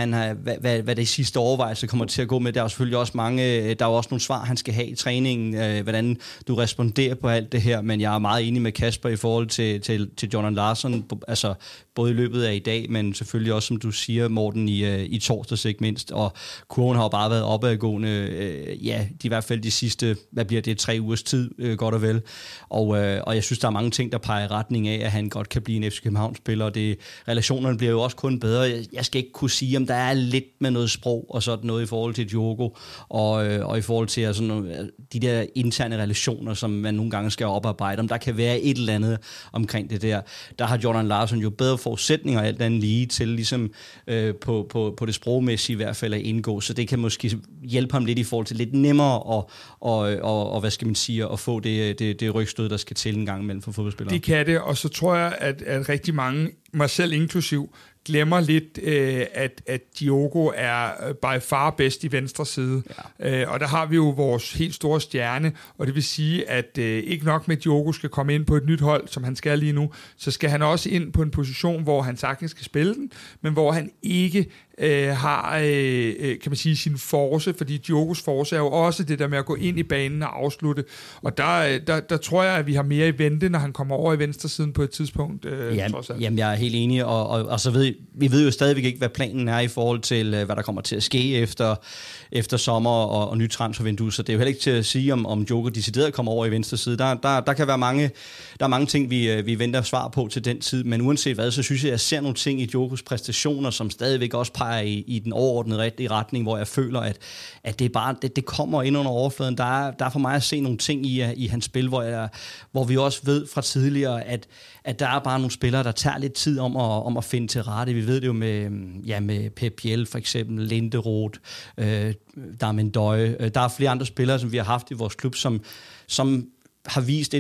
hvad det sidste overvejelse kommer til at gå med. Der er jo selvfølgelig også der er også nogle svar, han skal have i træningen, hvordan du responderer på alt det her, men jeg er meget enig med Kasper i forhold til Jordan Larsson, altså både i løbet af i dag, men selvfølgelig også, som du siger, Morten, i torsdags ikke mindst, og kurven har jo bare været opadgående, i hvert fald de sidste, 3 ugers tid, godt og vel, og jeg synes, der er mange ting, der peger i retning af, at han godt kan blive en FC København-spiller, relationerne bliver jo også kun bedre. Jeg skal ikke kunne sige, om der er lidt med noget sprog og sådan noget i forhold til Diogo, og i forhold til sådan, de der interne relationer, som man nogle gange skal oparbejde, om der kan være et eller andet omkring det der. Der har Jordan Larsson jo bedre forudsætninger alt andet lige til, ligesom på det sprogmæssige i hvert fald at indgå, så det kan måske hjælpe ham lidt i forhold til lidt nemmere og hvad skal man sige, at få det rygstød, der skal til en gang imellem for fodboldspillere. Det kan det, og så tror jeg, at rigtig mange, mig selv inklusiv, glemmer lidt, at Diogo er by far bedst i venstre side. Ja. Og der har vi jo vores helt store stjerne, og det vil sige, at ikke nok med, at Diogo skal komme ind på et nyt hold, som han skal lige nu, så skal han også ind på en position, hvor han sagtens skal spille den, men hvor han ikke har, kan man sige, sin force, fordi Diogos force er jo også det der med at gå ind i banen og afslutte, og der tror jeg, at vi har mere i vente, når han kommer over i venstre siden på et tidspunkt. Jamen, jeg er helt enig, og så vi ved jo stadigvæk ikke, hvad planen er i forhold til, hvad der kommer til at ske efter sommer og nyt transfervindue, så det er jo heller ikke til at sige, om Diogo decideret kommer over i venstre side. Der kan være mange ting, vi venter svar på til den tid, men uanset hvad, så synes jeg ser nogle ting i Diogos præstationer, som stadigvæk også peger i den overordnede rigtige retning, hvor jeg føler, at det er bare, det kommer ind under overfladen. Der er for mig at se nogle ting i hans spil, hvor vi også ved fra tidligere, at der er bare nogle spillere, der tager lidt tid om at finde til rette. Vi ved det jo med Pep Biel for eksempel, Linderoth, Darmen Døje. Der er flere andre spillere, som vi har haft i vores klub, som har vist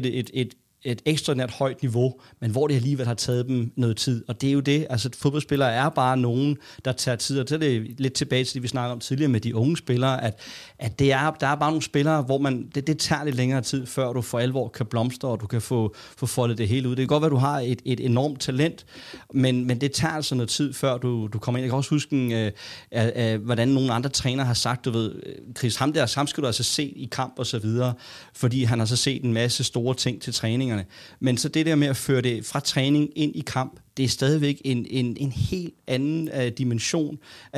et ekstraordinært højt niveau, men hvor det alligevel har taget dem noget tid. Og det er jo det, altså fodboldspillere er bare nogen, der tager tid, og så er det lidt tilbage til det, vi snakker om tidligere med de unge spillere, at der er bare nogle spillere, hvor det tager lidt længere tid, før du for alvor kan blomstre, og du kan få foldet det hele ud. Det kan godt være, at du har et enormt talent, men det tager altså noget tid, før du kommer ind. Jeg kan også huske, hvordan nogle andre trænere har sagt, du ved, Chris, ham skal du altså se i kamp og så videre, fordi han har så set en masse store ting til træning. Men så det der med at føre det fra træning ind i kamp, det er stadigvæk en helt anden dimension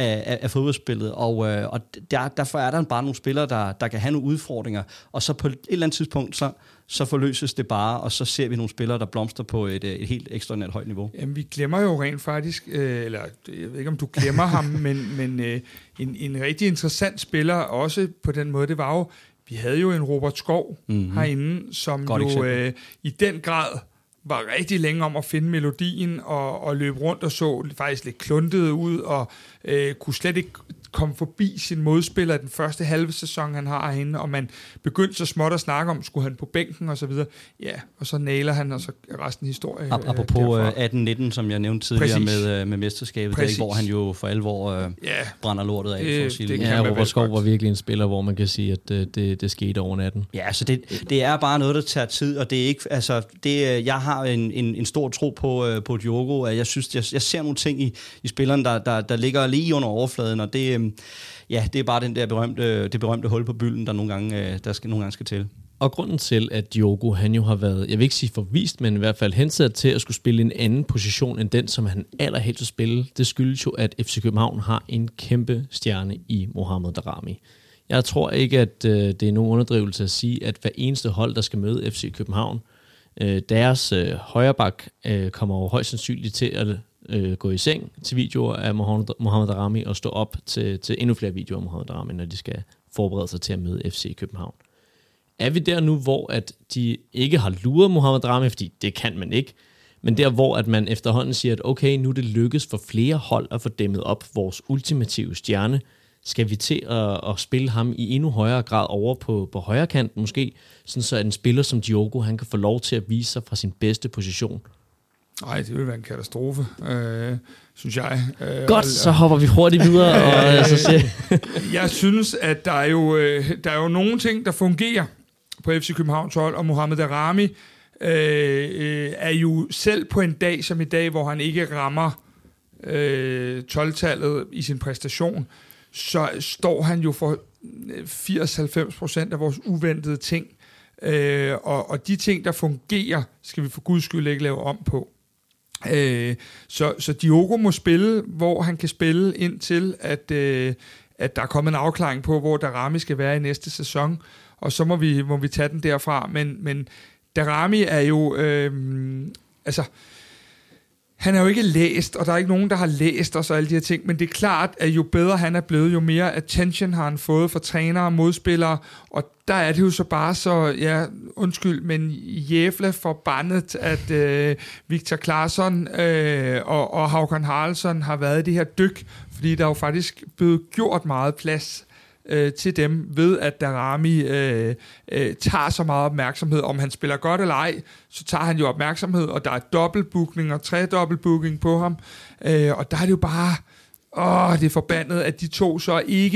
af fodboldspillet, og derfor er der bare nogle spillere, der kan have nogle udfordringer, og så på et eller andet tidspunkt, så forløses det bare, og så ser vi nogle spillere, der blomster på et helt ekstraordinært højt niveau. Jamen, vi glemmer jo rent faktisk, eller jeg ved ikke, om du glemmer ham, men en rigtig interessant spiller, også på den måde, det var jo, vi havde jo en Robert Skov herinde, som i den grad var rigtig længe om at finde melodien og løbe rundt og så faktisk lidt kluntet ud og kunne slet ikke komme forbi sin modspiller i den første halve sæson, han har herinde, og man begyndte så småt at snakke om, skulle han på bænken og så videre. Ja, og så nailer han, og så resten historie. Apropos 18-19, som jeg nævnte tidligere med mesterskabet, der, hvor han jo for alvor brænder lortet af. For at sige det. Robert Skov var virkelig en spiller, hvor man kan sige, at det skete over natten. Ja, så det er bare noget, der tager tid, og det er ikke, altså, jeg har en stor tro på Diogo, at jeg synes, jeg ser nogle ting i spilleren, der ligger lige under overfladen, og det er bare det berømte hul på bylden, der nogle gange skal til. Og grunden til, at Diogo, han jo har været, jeg vil ikke sige forvist, men i hvert fald hensat til at skulle spille en anden position, end den, som han allerhelst vil spille, det skyldes jo, at FC København har en kæmpe stjerne i Mohamed Daramy. Jeg tror ikke, at det er nogen underdrivelse at sige, at hver eneste hold, der skal møde FC København, deres højreback kommer jo højst sandsynligt til at gå i seng til videoer af Mohamed Daramy og stå op til endnu flere videoer af Mohamed Daramy, når de skal forberede sig til at møde FC København. Er vi der nu, hvor at de ikke har luret Mohamed Daramy, fordi det kan man ikke, men der, hvor at man efterhånden siger, at okay, nu er det lykkes for flere hold at få dæmmet op vores ultimative stjerne, skal vi til at spille ham i endnu højere grad over på højre kant måske, sådan så at en spiller som Diogo, han kan få lov til at vise sig fra sin bedste position. Nej, det vil være en katastrofe, synes jeg. Godt, så hopper vi hurtigt videre. Jeg synes, at der er jo nogle ting, der fungerer på FC Københavns hold, og Mohamed Daramy er jo selv på en dag som i dag, hvor han ikke rammer 12-tallet i sin præstation, så står han jo for 80-90% af vores uventede ting. Og de ting, der fungerer, skal vi for guds skyld ikke lave om på. Så Diogo må spille, hvor han kan spille, indtil at der er kommet en afklaring på, hvor Daramy skal være i næste sæson, og så må vi tage den derfra. Men Daramy er jo han er jo ikke læst, og der er ikke nogen, der har læst os og alle de her ting, men det er klart, at jo bedre han er blevet, jo mere attention har han fået fra trænere og modspillere, og der er det jo så bare så, ja, undskyld, men jævla forbandet, at Victor Claesson og Håkan Haraldsson har været i det her dyk, fordi der er jo faktisk blevet gjort meget plads til dem, ved at Daramy tager så meget opmærksomhed. Om han spiller godt eller ej, så tager han jo opmærksomhed, og der er dobbeltbooking og tredobbeltbooking på ham. Og der er det jo bare, det er forbandet, at de to så ikke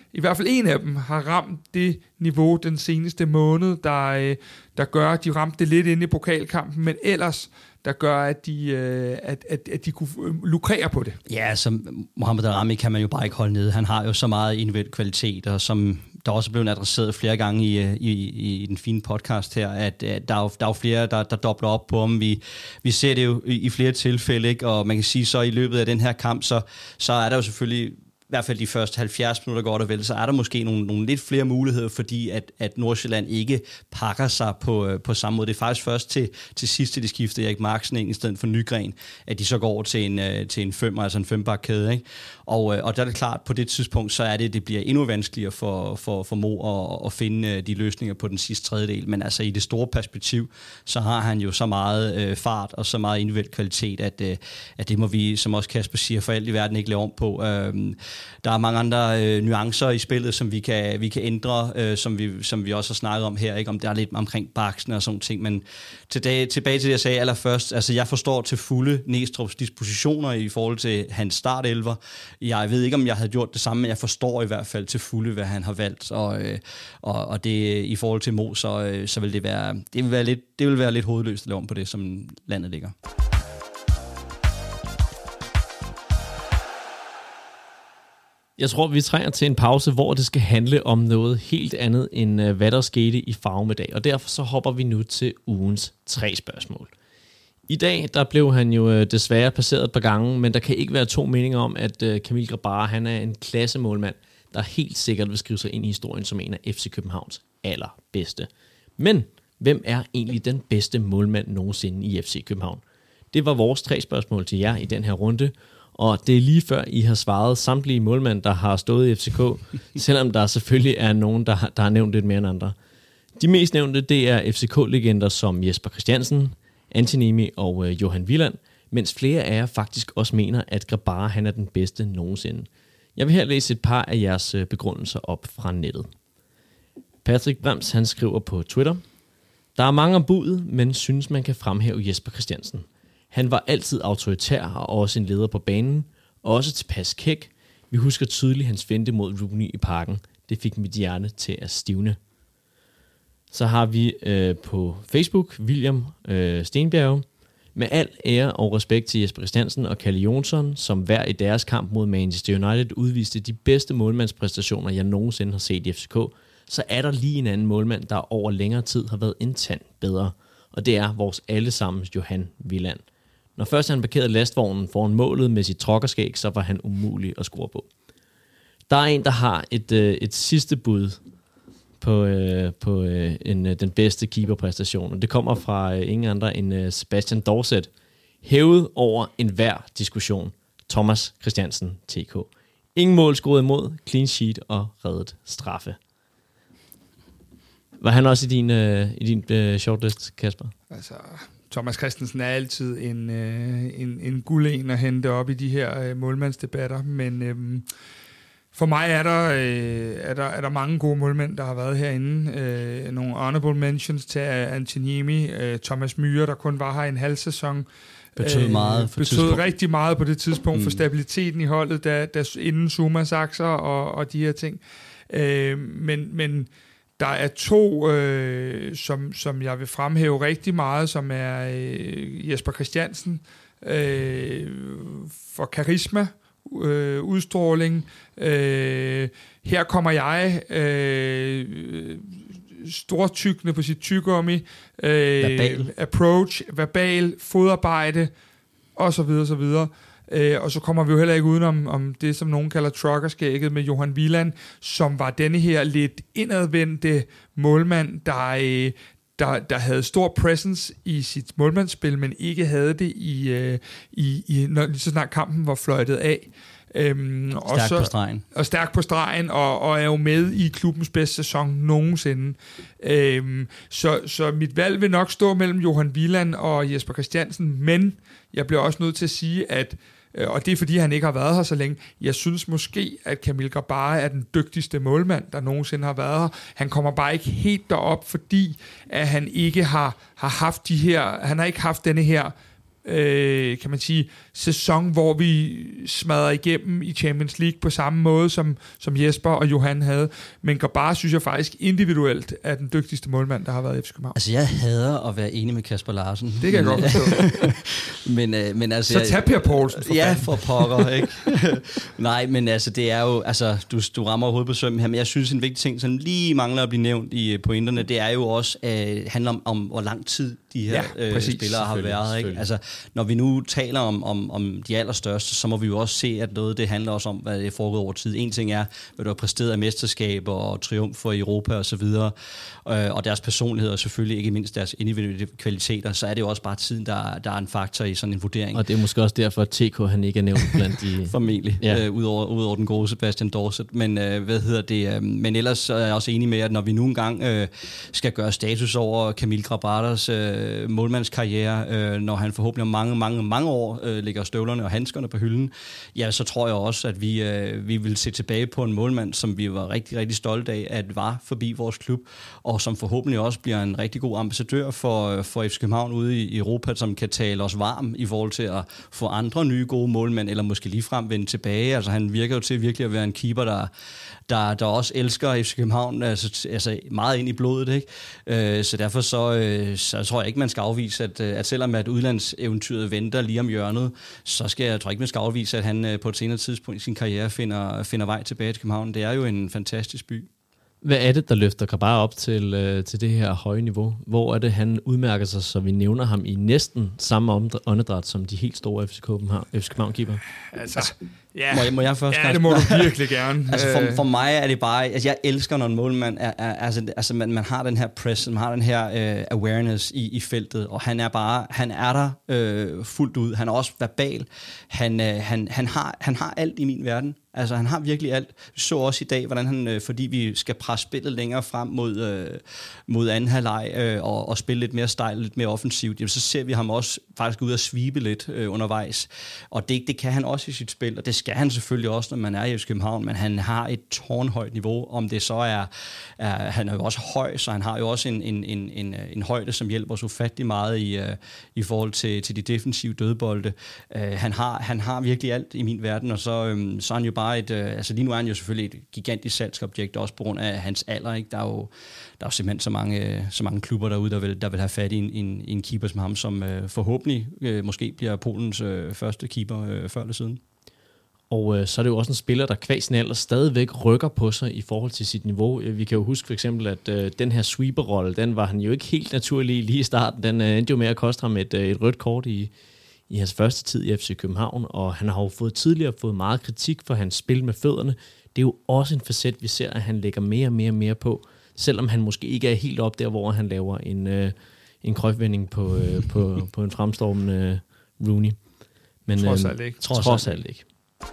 i hvert fald en af dem, har ramt det niveau den seneste måned, der gør, at de ramte det lidt inde i pokalkampen, men ellers der gør, at de kunne lukrere på det. Ja, som Mohamed Daramy kan man jo bare ikke holde nede. Han har jo så meget individuel kvalitet, og som der også er blevet adresseret flere gange i den fine podcast her, at der er jo flere, der dobler op på ham. Vi ser det jo i flere tilfælde, ikke? Og man kan sige så i løbet af den her kamp, så er der jo selvfølgelig i hvert fald de første 70 minutter godt og vel, så er der måske nogle lidt flere muligheder, fordi at Nordsjælland ikke pakker sig på samme måde. Det er faktisk først til sidst, til de skifter Erik Marksen ind i stedet for Nygren, at de så går over til en femmer, altså en fembakkæde, ikke? Og der er det klart, på det tidspunkt, så er det bliver endnu vanskeligere for Mo at finde de løsninger på den sidste tredjedel. Men altså i det store perspektiv, så har han jo så meget fart og så meget individuel kvalitet, at det må vi, som også Kasper siger, for alt i verden ikke lave om på. Der er mange andre nuancer i spillet, som vi kan ændre, som vi også har snakket om her, ikke? Om der er lidt omkring baksen og sådan ting, men tilbage til det, jeg sagde allerførst, altså jeg forstår til fulde Næstrup's dispositioner i forhold til hans startelver. Jeg ved ikke, om jeg havde gjort det samme, men jeg forstår i hvert fald til fulde, hvad han har valgt, og det i forhold til Mo, så vil det vil være lidt hovedløst at lave om på det, som landet ligger. Jeg tror, vi trænger til en pause, hvor det skal handle om noget helt andet, end hvad der skete i Farum-dag. Og derfor så hopper vi nu til ugens 3 spørgsmål. I dag der blev han jo desværre passeret et par gange, men der kan ikke være 2 meninger om, at Kamil Grabara, han er en klassemålmand, der helt sikkert vil skrive sig ind i historien som en af FC Københavns allerbedste. Men hvem er egentlig den bedste målmand nogensinde i FC København? Det var vores 3 spørgsmål til jer i den her runde. Og det er lige før, I har svaret samtlige målmænd, der har stået i FCK, selvom der selvfølgelig er nogen, der har nævnt lidt mere end andre. De mest nævnte, det er FCK-legender som Jesper Christiansen, Antinimi og Johan Wieland, mens flere af jer faktisk også mener, at Grabara han er den bedste nogensinde. Jeg vil her læse et par af jeres begrundelser op fra nettet. Patrick Brems, han skriver på Twitter: Der er mange om budet, men synes man kan fremhæve Jesper Christiansen. Han var altid autoritær og også en leder på banen, og også tilpas kæk. Vi husker tydeligt hans finte mod Rubeny i Parken. Det fik mit hjerte til at stivne. Så har vi på Facebook William Stenbjerg. Med al ære og respekt til Jesper Christiansen og Kalle Jonsson, som hver i deres kamp mod Manchester United udviste de bedste målmandspræstationer, jeg nogensinde har set i FCK, så er der lige en anden målmand, der over længere tid har været en tand bedre. Og det er vores allesammens Johan Wieland. Når først han parkerede lastvognen foran målet med sit trokkerskæg, så var han umulig at score på. Der er en, der har et sidste bud på den bedste keeperpræstation, og det kommer fra ingen andre end Sebastian Dorset. Hævet over enhver diskussion. Thomas Christiansen, TK. Ingen mål scoret imod, clean sheet og reddet straffe. Var han også i din shortlist, Kasper? Altså, Thomas Christensen er altid en guld at hente op i de her målmandsdebatter, men for mig er der mange gode målmænd, der har været herinde. Nogle honorable mentions til Antinimi, Thomas Myhre, der kun var her en halv sæson. Betød rigtig meget på det tidspunkt for stabiliteten i holdet, da inden Zuma sakser og de her ting. Men der er 2, som jeg vil fremhæve rigtig meget, som er Jesper Christiansen for karisma, udstråling. Her kommer jeg stortykkende på sit tyggegummi, approach, verbal, fodarbejde og så videre, så videre. Og så kommer vi jo heller ikke udenom om det, som nogen kalder trokkerskægget med Johan Wieland, som var denne her lidt indadvendte målmand, der havde stor presence i sit målmandsspil, men ikke havde det når så snart kampen var fløjtet af. Stærk på stregen, og er jo med i klubbens bedste sæson nogensinde. Så mit valg vil nok stå mellem Johan Wieland og Jesper Christiansen, men jeg bliver også nødt til at sige, at og det er fordi han ikke har været her så længe. Jeg synes måske, at Kamil Grabara er den dygtigste målmand, der nogensinde har været her. Han kommer bare ikke helt derop, fordi at han ikke har haft han har ikke haft denne her kan man sige, sæson, hvor vi smadrer igennem i Champions League på samme måde, som Jesper og Johan havde. Men Grabar synes jeg faktisk individuelt er den dygtigste målmand, der har været i FC København. Altså, jeg hader at være enig med Kasper Larsen. Det kan jeg godt forstå. men altså... Så tag Per Poulsen for ja, for pokker, ikke? Nej, men altså, det er jo... Altså, du rammer hovedet på sømmen her, men jeg synes, en vigtig ting, som lige mangler at blive nævnt i pointerne, det er jo også, handler om hvor lang tid de her spillere har været, ikke? Altså, når vi nu taler om de allerstørste, så må vi jo også se, at noget det handler også om, hvad det er foregået over tid. En ting er, hvad du har præsteret af mesterskaber og triumfer i Europa og så videre, og deres personlighed, og selvfølgelig ikke mindst deres individuelle kvaliteter, så er det jo også bare tiden, der er en faktor i sådan en vurdering. Og det er måske også derfor, at TK han ikke er nævnt blandt de... Formentlig, udover den gode Sebastian Dorset. Men men ellers er jeg også enig med, at når vi nu engang skal gøre status over Kamil Grabarders målmandskarriere, når han forhåbentlig om mange år lægger støvlerne og handskerne på hylden, ja, så tror jeg også, at vi vil se tilbage på en målmand, som vi var rigtig, rigtig stolte af, at var forbi vores klub, og som forhåbentlig også bliver en rigtig god ambassadør for FC København ude i Europa, som kan tale os varm i forhold til at få andre nye gode målmænd, eller måske ligefrem vende tilbage. Altså han virker jo til virkelig at være en keeper, der også elsker FC København, altså meget ind i blodet, ikke? Så derfor så tror jeg ikke, man skal afvise, at selvom at udlandseventyret venter lige om hjørnet, så tror jeg ikke, man skal afvise, at han på et senere tidspunkt i sin karriere finder vej tilbage til København. Det er jo en fantastisk by. Hvad er det, der løfter Grabar op til det her høje niveau? Hvor er det, han udmærker sig, så vi nævner ham i næsten samme åndedræt som de helt store FC København-keeper? Altså, må jeg først? Ja, det må du virkelig gerne. Altså for mig er det bare... Altså jeg elsker, når en målmand man har den her presence, man har den her awareness i feltet, og han er der fuldt ud. Han er også verbal. Han har alt i min verden. Altså, han har virkelig alt. Vi så også i dag, hvordan han, fordi vi skal presse spillet længere frem mod anden halvleg og spille lidt mere stejl, lidt mere offensivt, jamen, så ser vi ham også faktisk ud at svibe lidt undervejs. Og det kan han også i sit spil, og det skal han selvfølgelig også, når man er i FC København, men han har et tårnhøjt niveau, om det så er han er jo også høj, så han har jo også en højde, som hjælper os ufattelig meget i forhold til de defensive dødbolde. Han har virkelig alt i min verden, og så er han jo bare altså lige nu er han jo selvfølgelig et gigantisk salgsobjekt, også på grund af hans alder, ikke? Der er jo simpelthen så mange klubber derude, der vil have fat i en keeper som ham, som forhåbentlig måske bliver Polens første keeper før eller siden. Og så er det jo også en spiller, der kvad sin alder stadigvæk rykker på sig i forhold til sit niveau. Vi kan jo huske for eksempel, at den her sweeper-rolle, den var han jo ikke helt naturlig lige i starten. Den endte jo med at koste ham et rødt kort i hans første tid i FC København, og han har jo tidligere fået meget kritik for hans spil med fødderne. Det er jo også en facet, vi ser, at han lægger mere på, selvom han måske ikke er helt op der, hvor han laver en krøjvending på en fremstormende Rooney. Men trods alt ikke. Trods alt ikke.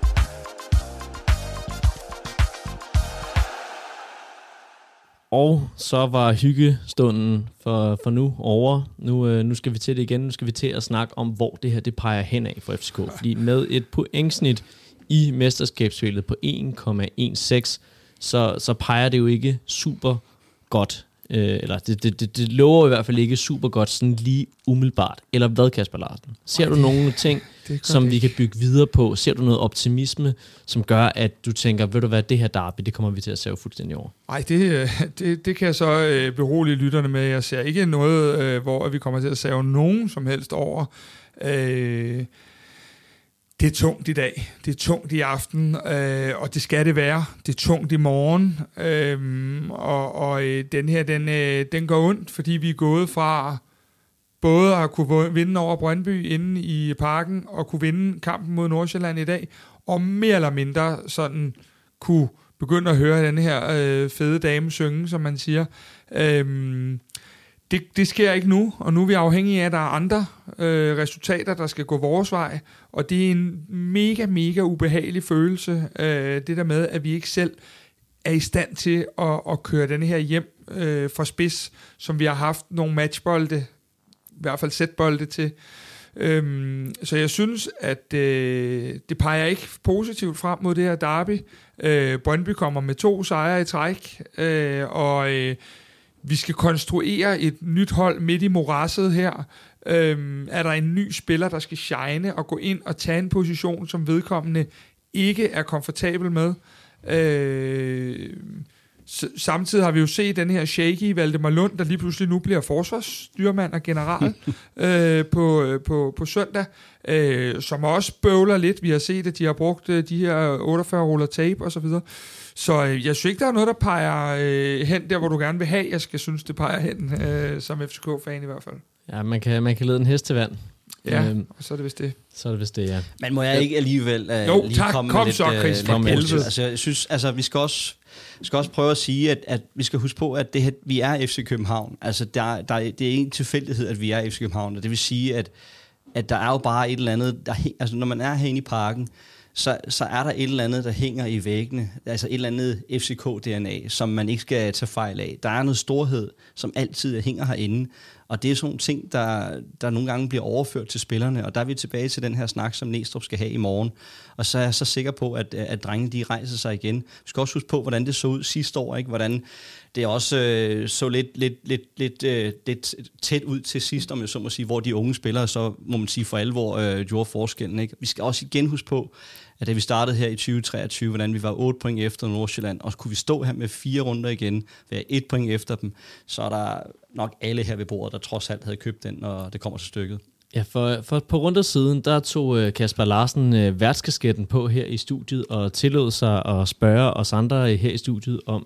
Og så var hyggestunden for nu over. Nu skal vi til det igen. Nu skal vi til at snakke om, hvor det her det peger hen af for FCK. Fordi med et pointsnit i mesterskabsspillet på 1,16, så peger det jo ikke super godt. Eller det lover i hvert fald ikke super godt sådan lige umiddelbart. Eller hvad, Kasper Larsen? Ser du nogle ting, som vi kan bygge videre på? Ser du noget optimisme, som gør, at du tænker, ved du hvad, det her derby, det kommer vi til at save fuldstændig over? Nej, det kan jeg så berolige lytterne med. Jeg ser ikke noget, hvor vi kommer til at save nogen som helst over. Det er tungt i dag, det er tungt i aften, og det skal det være. Det er tungt i morgen, og den her, den går ondt, fordi vi er gået fra både at kunne vinde over Brøndby inde i Parken, og kunne vinde kampen mod Nordsjælland i dag, og mere eller mindre sådan kunne begynde at høre den her fede dame synge, som man siger. Det sker ikke nu, og nu er vi afhængige af, at der er andre resultater, der skal gå vores vej, og det er en mega ubehagelig følelse, det der med, at vi ikke selv er i stand til at køre denne her hjem fra spids, som vi har haft nogle matchbolde, i hvert fald sætbolde til. Så jeg synes, at det peger ikke positivt frem mod det her derby. Brøndby kommer med 2 sejre i træk, og vi skal konstruere et nyt hold midt i morasset her. Er der en ny spiller, der skal shine og gå ind og tage en position, som vedkommende ikke er komfortabel med? Samtidig har vi jo set den her shaky Valdemar Lund, der lige pludselig nu bliver forsvarsstyrmand og general på søndag, som også bøvler lidt. Vi har set, at de har brugt de her 48 ruller tape og så videre. Så jeg synes ikke, der er noget, der peger hen der, hvor du gerne vil have. Jeg skal synes, det peger hen som FCK-fan i hvert fald. Ja, man kan lede en hest til vand. Ja, og så er det vist det. Så er det vist det, ja. Men må jeg ikke alligevel lige tak, komme kom med så, Chris, for helvede. Altså, jeg synes, altså, vi skal også prøve at sige, at vi skal huske på, at vi er FC København. Altså, det er ikke en tilfældighed, at vi er FC København. Og det vil sige, at der er jo bare et eller andet, altså når man er herinde i parken, så er der et eller andet, der hænger i væggene. Altså et eller andet FCK-DNA, som man ikke skal tage fejl af. Der er noget storhed, som altid hænger herinde. Og det er sådan nogle ting, der nogle gange bliver overført til spillerne. Og der er vi tilbage til den her snak, som Næstrup skal have i morgen. Og så er jeg så sikker på, at drengene de rejser sig igen. Vi skal også huske på, hvordan det så ud sidste år. Ikke? Hvordan det også så lidt tæt ud til sidst, om jeg så må sige, hvor de unge spillere så, må man sige, for alvor gjorde forskellen. Ikke? Vi skal også igen huske på, at da vi startede her i 2023, hvordan vi var 8 point efter Nordsjælland, og så kunne vi stå her med 4 runder igen, være 1 point efter dem, så er der nok alle her ved bordet, der trods alt havde købt den, når det kommer til stykket. Ja, for på runder siden, der tog Kasper Larsen værtskasketten på her i studiet, og tillod sig at spørge os andre her i studiet om,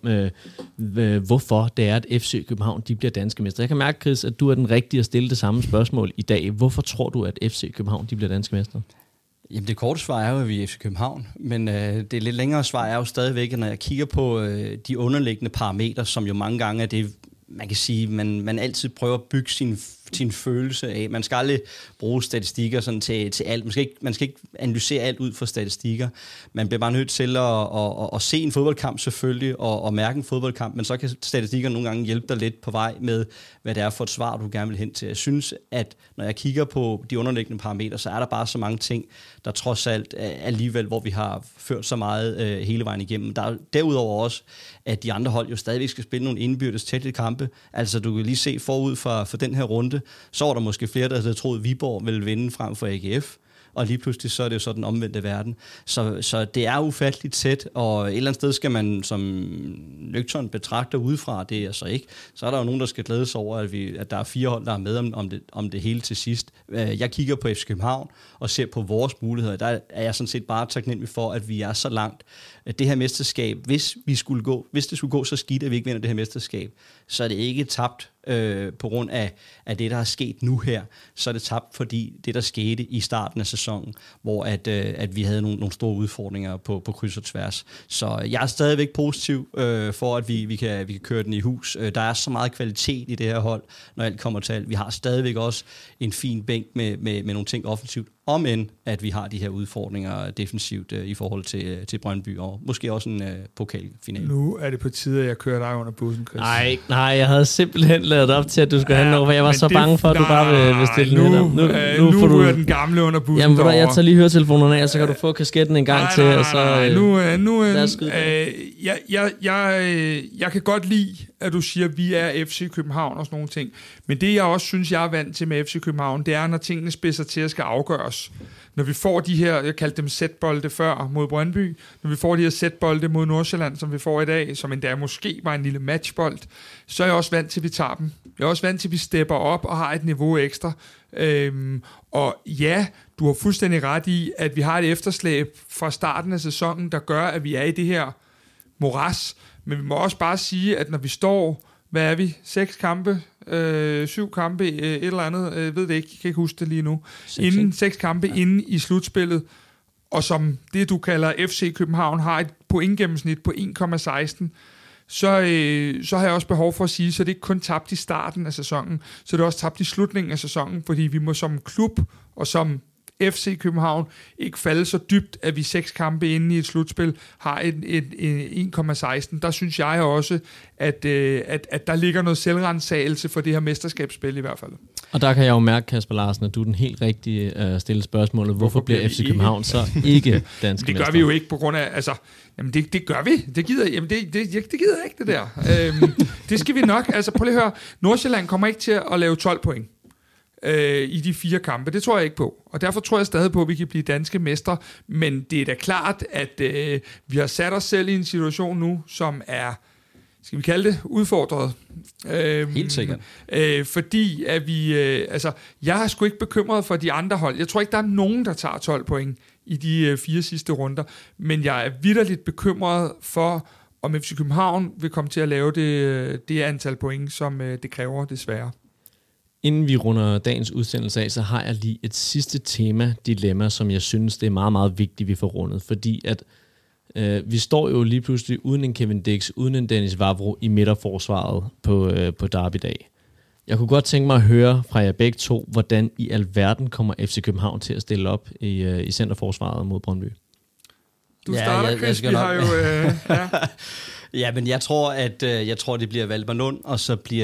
hvorfor det er, at FC København de bliver danske mestre. Jeg kan mærke, Chris, at du er den rigtige at stille det samme spørgsmål i dag. Hvorfor tror du, at FC København de bliver danske mestre? Jamen det korte svar er jo, at vi er FC København, men det lidt længere svar er jo stadigvæk, når jeg kigger på de underliggende parametre, som jo mange gange er det, man kan sige, man altid prøver at bygge sin følelse af. Man skal aldrig bruge statistikker sådan til alt. Man skal ikke analysere alt ud fra statistikker. Man bliver bare nødt til at se en fodboldkamp selvfølgelig, og mærke en fodboldkamp, men så kan statistikker nogle gange hjælpe dig lidt på vej med, hvad det er for et svar, du gerne vil hen til. Jeg synes, at når jeg kigger på de underliggende parametre, så er der bare så mange ting, der trods alt alligevel, hvor vi har ført så meget hele vejen igennem. Der er derudover også, at de andre hold jo stadigvæk skal spille nogle indbyrdes tætte kampe. Altså du kan lige se forud for den her runde, så var der måske flere, der havde troet, at Viborg ville vinde frem for AGF, og lige pludselig så er det jo så den omvendte verden. Så det er ufatteligt tæt, og et eller andet sted skal man som nøgtern betragter udefra, det er så ikke. Så er der jo nogen, der skal glæde sig over, at der er 4 hold, der er med om det hele til sidst. Jeg kigger på FC København og ser på vores muligheder. Der er jeg sådan set bare taknemmelig for, at vi er så langt. Det her mesterskab, hvis det skulle gå så skidt, at vi ikke vinder det her mesterskab, så er det ikke tabt på grund af det, der er sket nu her. Så er det tabt, fordi det, der skete i starten af sæsonen, hvor at vi havde nogle store udfordringer på kryds og tværs. Så jeg er stadigvæk positiv for, at vi kan køre den i hus. Der er så meget kvalitet i det her hold, når alt kommer til alt. Vi har stadigvæk også en fin bænk med nogle ting offensivt, om end at vi har de her udfordringer defensivt i forhold til Brøndby, og måske også en pokalfinale. Nu er det på tide, at jeg kører dig under bussen, Chris. Nej, jeg havde simpelthen lavet op til, at du skulle handle over, for jeg var så bange for, at du bare vil stille nu får du den gamle under bussen. Jamen, jeg tager lige høretelefonerne af, og så kan du få kasketten en gang til. Og så, jeg kan godt lide, at du siger, at vi er FC København og sådan nogle ting. Men det, jeg også synes, jeg er vant til med FC København, det er, når tingene spidser til at skal afgøres. Når vi får de her, jeg kaldte dem sætbolde før mod Brøndby, når vi får de her sætbolde mod Nordsjælland, som vi får i dag, som endda måske var en lille matchbold, så er jeg også vant til, at vi tager dem. Jeg er også vant til, at vi stepper op og har et niveau ekstra. Og ja, du har fuldstændig ret i, at vi har et efterslæb fra starten af sæsonen, der gør, at vi er i det her moras. Men vi må også bare sige, at når vi står, hvad er vi, 6 kampe, 7 kampe, et eller andet, ved det ikke, jeg kan ikke huske det lige nu, 6 kampe inde i slutspillet, og som det, du kalder FC København, har et pointgennemsnit på 1,16, så har jeg også behov for at sige, så det er ikke kun tabt i starten af sæsonen, så det er også tabt i slutningen af sæsonen, fordi vi må som klub og som FC København ikke falde så dybt, at vi 6 kampe inde i et slutspil har et 1,16. Der synes jeg også, at der ligger noget selvrensagelse for det her mesterskabsspil i hvert fald. Og der kan jeg jo mærke, Kasper Larsen, at du er den helt rigtige at stille spørgsmålet. Hvorfor bliver FC København så ikke danske Det gør mester? vi jo ikke på grund af, altså, jamen det gør vi. Det gider jeg ikke, det der. Det skal vi nok, altså prøv lige at høre, Nordsjælland kommer ikke til at lave 12 point i de 4 kampe. Det tror jeg ikke på. Og derfor tror jeg stadig på, at vi kan blive danske mestre. Men det er da klart, at vi har sat os selv i en situation nu, som er, skal vi kalde det, udfordret. Helt sikkert. Fordi at vi, jeg er sgu ikke bekymret for de andre hold. Jeg tror ikke, der er nogen, der tager 12 point i de 4 sidste runder. Men jeg er vitterligt bekymret for, om FC København vil komme til at lave det antal point, som det kræver, desværre. Inden vi runder dagens udsendelse af, så har jeg lige et sidste dilemma, som jeg synes, det er meget, meget vigtigt, vi får rundet. Fordi at vi står jo lige pludselig uden en Kevin Dix, uden en Dennis Vavro i midterforsvaret på Derby-dag. Jeg kunne godt tænke mig at høre fra jer begge to, hvordan i alverden kommer FC København til at stille op i centerforsvaret mod Brøndby? Du starter, Chris. Vi har jo... Ja, men jeg tror, det bliver Valdemar Lund, og så bliver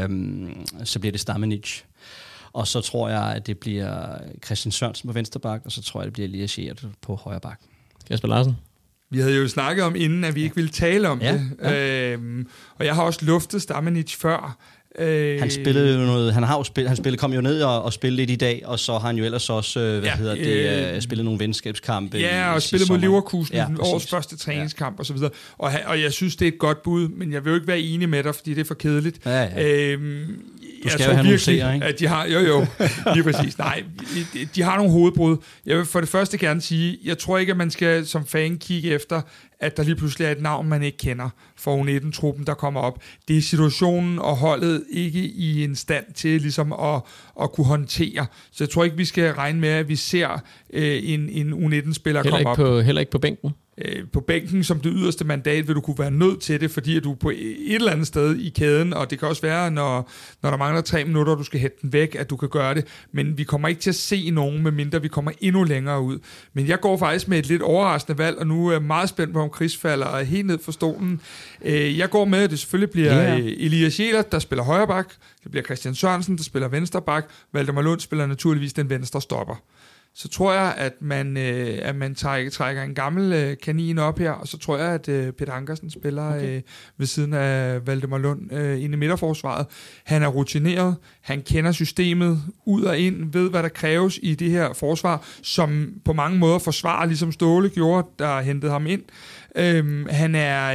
det Stamenic. Og så tror jeg, at det bliver Christian Sørensen på venstre bak, og så tror jeg, det bliver Elias Schiert på højre bak. Kasper Larsen? Vi havde jo snakket om inden, at vi ikke ville tale om det. Ja. Og jeg har også luftet Stamenic før. Han spillede jo noget, kom jo ned og spillede lidt i dag, og så har han jo ellers også spillet nogle venskabskampe. Ja, og spillet mod Leverkusen, årets første træningskamp og så videre. Og jeg synes, det er et godt bud, men jeg vil jo ikke være enig med dig, fordi det er for kedeligt. Ja. Du skal jo have nogle seere, ikke? At de har, jo, lige præcis. Nej, de har nogle hovedbrud. Jeg vil for det første gerne sige, jeg tror ikke, at man skal som fan kigge efter, at der lige pludselig er et navn, man ikke kender for U19-truppen, der kommer op. Det er situationen og holdet ikke i en stand til ligesom at kunne håndtere. Så jeg tror ikke, vi skal regne med, at vi ser en U19-spiller komme op. Heller ikke på bænken? På bænken som det yderste mandat vil du kunne være nødt til det, fordi at du er på et eller andet sted i kæden, og det kan også være, når der mangler 3 minutter, og du skal hætte den væk, at du kan gøre det. Men vi kommer ikke til at se nogen, medmindre vi kommer endnu længere ud. Men jeg går faktisk med et lidt overraskende valg, og nu er jeg meget spændt på, om Chris falder helt ned for stolen. Jeg går med, at det selvfølgelig bliver Elias Schielt, der spiller højre bak. Det bliver Christian Sørensen, der spiller venstre bak. Valdemar Lund spiller naturligvis den venstre stopper. Så tror jeg, at man trækker en gammel kanin op her, og så tror jeg, at Peter Ankersen spiller ved siden af Valdemar Lund inde i midterforsvaret. Han er rutineret, han kender systemet ud og ind, ved hvad der kræves i det her forsvar, som på mange måder forsvarer, ligesom Ståle gjorde, der hentede ham ind. Han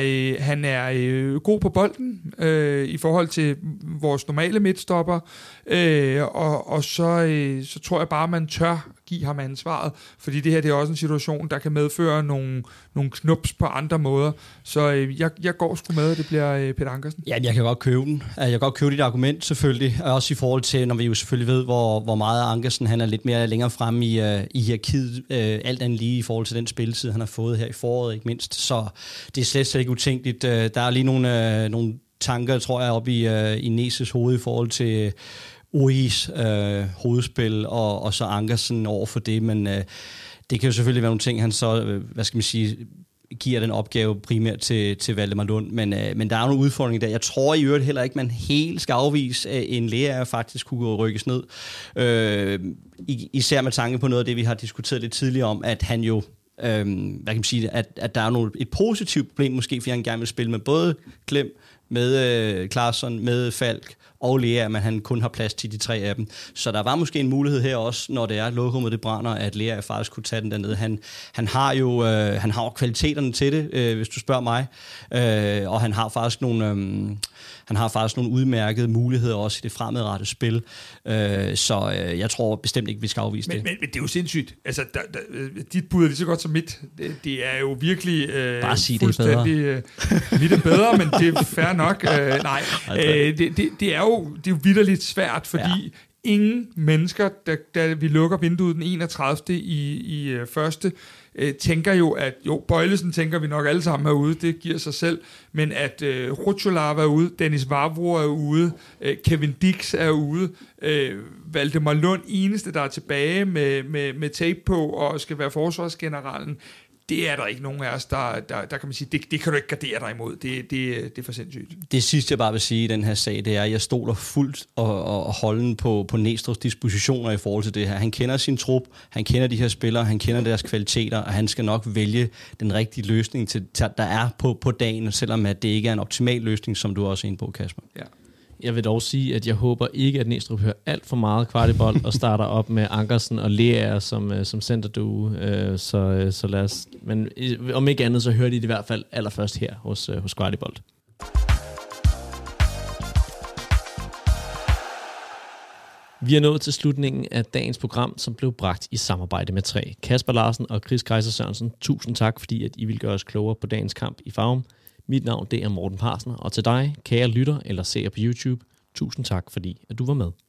er god på bolden i forhold til vores normale midtstopper, og så tror jeg bare, man tør give ham ansvaret, fordi det her det er også en situation, der kan medføre nogle knups på andre måder. Så jeg går sgu med, at det bliver Peter Ankersen. Ja, jeg kan godt købe den. Jeg kan godt købe dit argument selvfølgelig, og også i forhold til, når vi jo selvfølgelig ved, hvor meget Ankersen han er lidt mere længere fremme i hierarkiet, alt andet lige i forhold til den spilletid, han har fået her i foråret, ikke mindst. Så det er slet ikke utænkeligt. Der er lige nogle tanker, tror jeg, oppe i Neses hoved i forhold til Uris hovedspil, og så Ankersen over for det, men det kan jo selvfølgelig være nogle ting, han så, giver den opgave primært til Valdemar Lund, men der er nogle udfordringer der. Jeg tror i øvrigt heller ikke, man helt skal afvise, at en lærer faktisk kunne rykkes ned. Især med tanke på noget af det, vi har diskuteret lidt tidligere om, at han jo at der er et positivt problem måske, fordi han gerne vil spille med både Klem, med Claesson, med Falk og Lea, men han kun har plads til de 3 af dem. Så der var måske en mulighed her også, når det er lokummet det brænder, at Lea faktisk kunne tage den dernede. Han har jo kvaliteterne til det, hvis du spørger mig, og han har faktisk nogle udmærkede muligheder også i det fremadrettede spil. Så jeg tror bestemt ikke, vi skal afvise det. Men det er jo sindssygt. Altså, dit bud er lige så godt som mit. Det er jo virkelig bare sige, fuldstændig... Det er bedre. Mit er bedre, men det er fair nok. Det er jo vitterligt svært, fordi ingen mennesker, da vi lukker vinduet den 31. i første, tænker jo, at Bøjlesen tænker vi nok alle sammen er ude, det giver sig selv, men at Rucholar er ude, Dennis Vavro er ude, Kevin Dix er ude, Valdemar Lund eneste, der er tilbage med tape på og skal være forsvarsgeneralen. det er der ikke nogen af os, der kan man sige, det kan du ikke gardere dig imod. Det er for sindssygt. Det sidste, jeg bare vil sige i den her sag, det er, at jeg stoler fuldt og holden på Næstrup's dispositioner i forhold til det her. Han kender sin trup, han kender de her spillere, han kender deres kvaliteter, og han skal nok vælge den rigtige løsning, der er på dagen, selvom at det ikke er en optimal løsning, som du også er inde på, Kasper. Ja. Jeg vil dog sige, at jeg håber ikke, at Næstrup hører alt for meget Kvartibold og starter op med Ankersen og Leaer som centerduo. Så lad os... Men om ikke andet, så hører de det i hvert fald allerførst her hos Kvartibold. Vi er nået til slutningen af dagens program, som blev bragt i samarbejde med 3. Kasper Larsen og Chris Kaiser Sørensen, tusind tak, fordi at I vil gøre os klogere på dagens kamp i Farum. Mit navn det er Morten Parsen, og til dig, kære lytter eller seer på YouTube, tusind tak, fordi at du var med.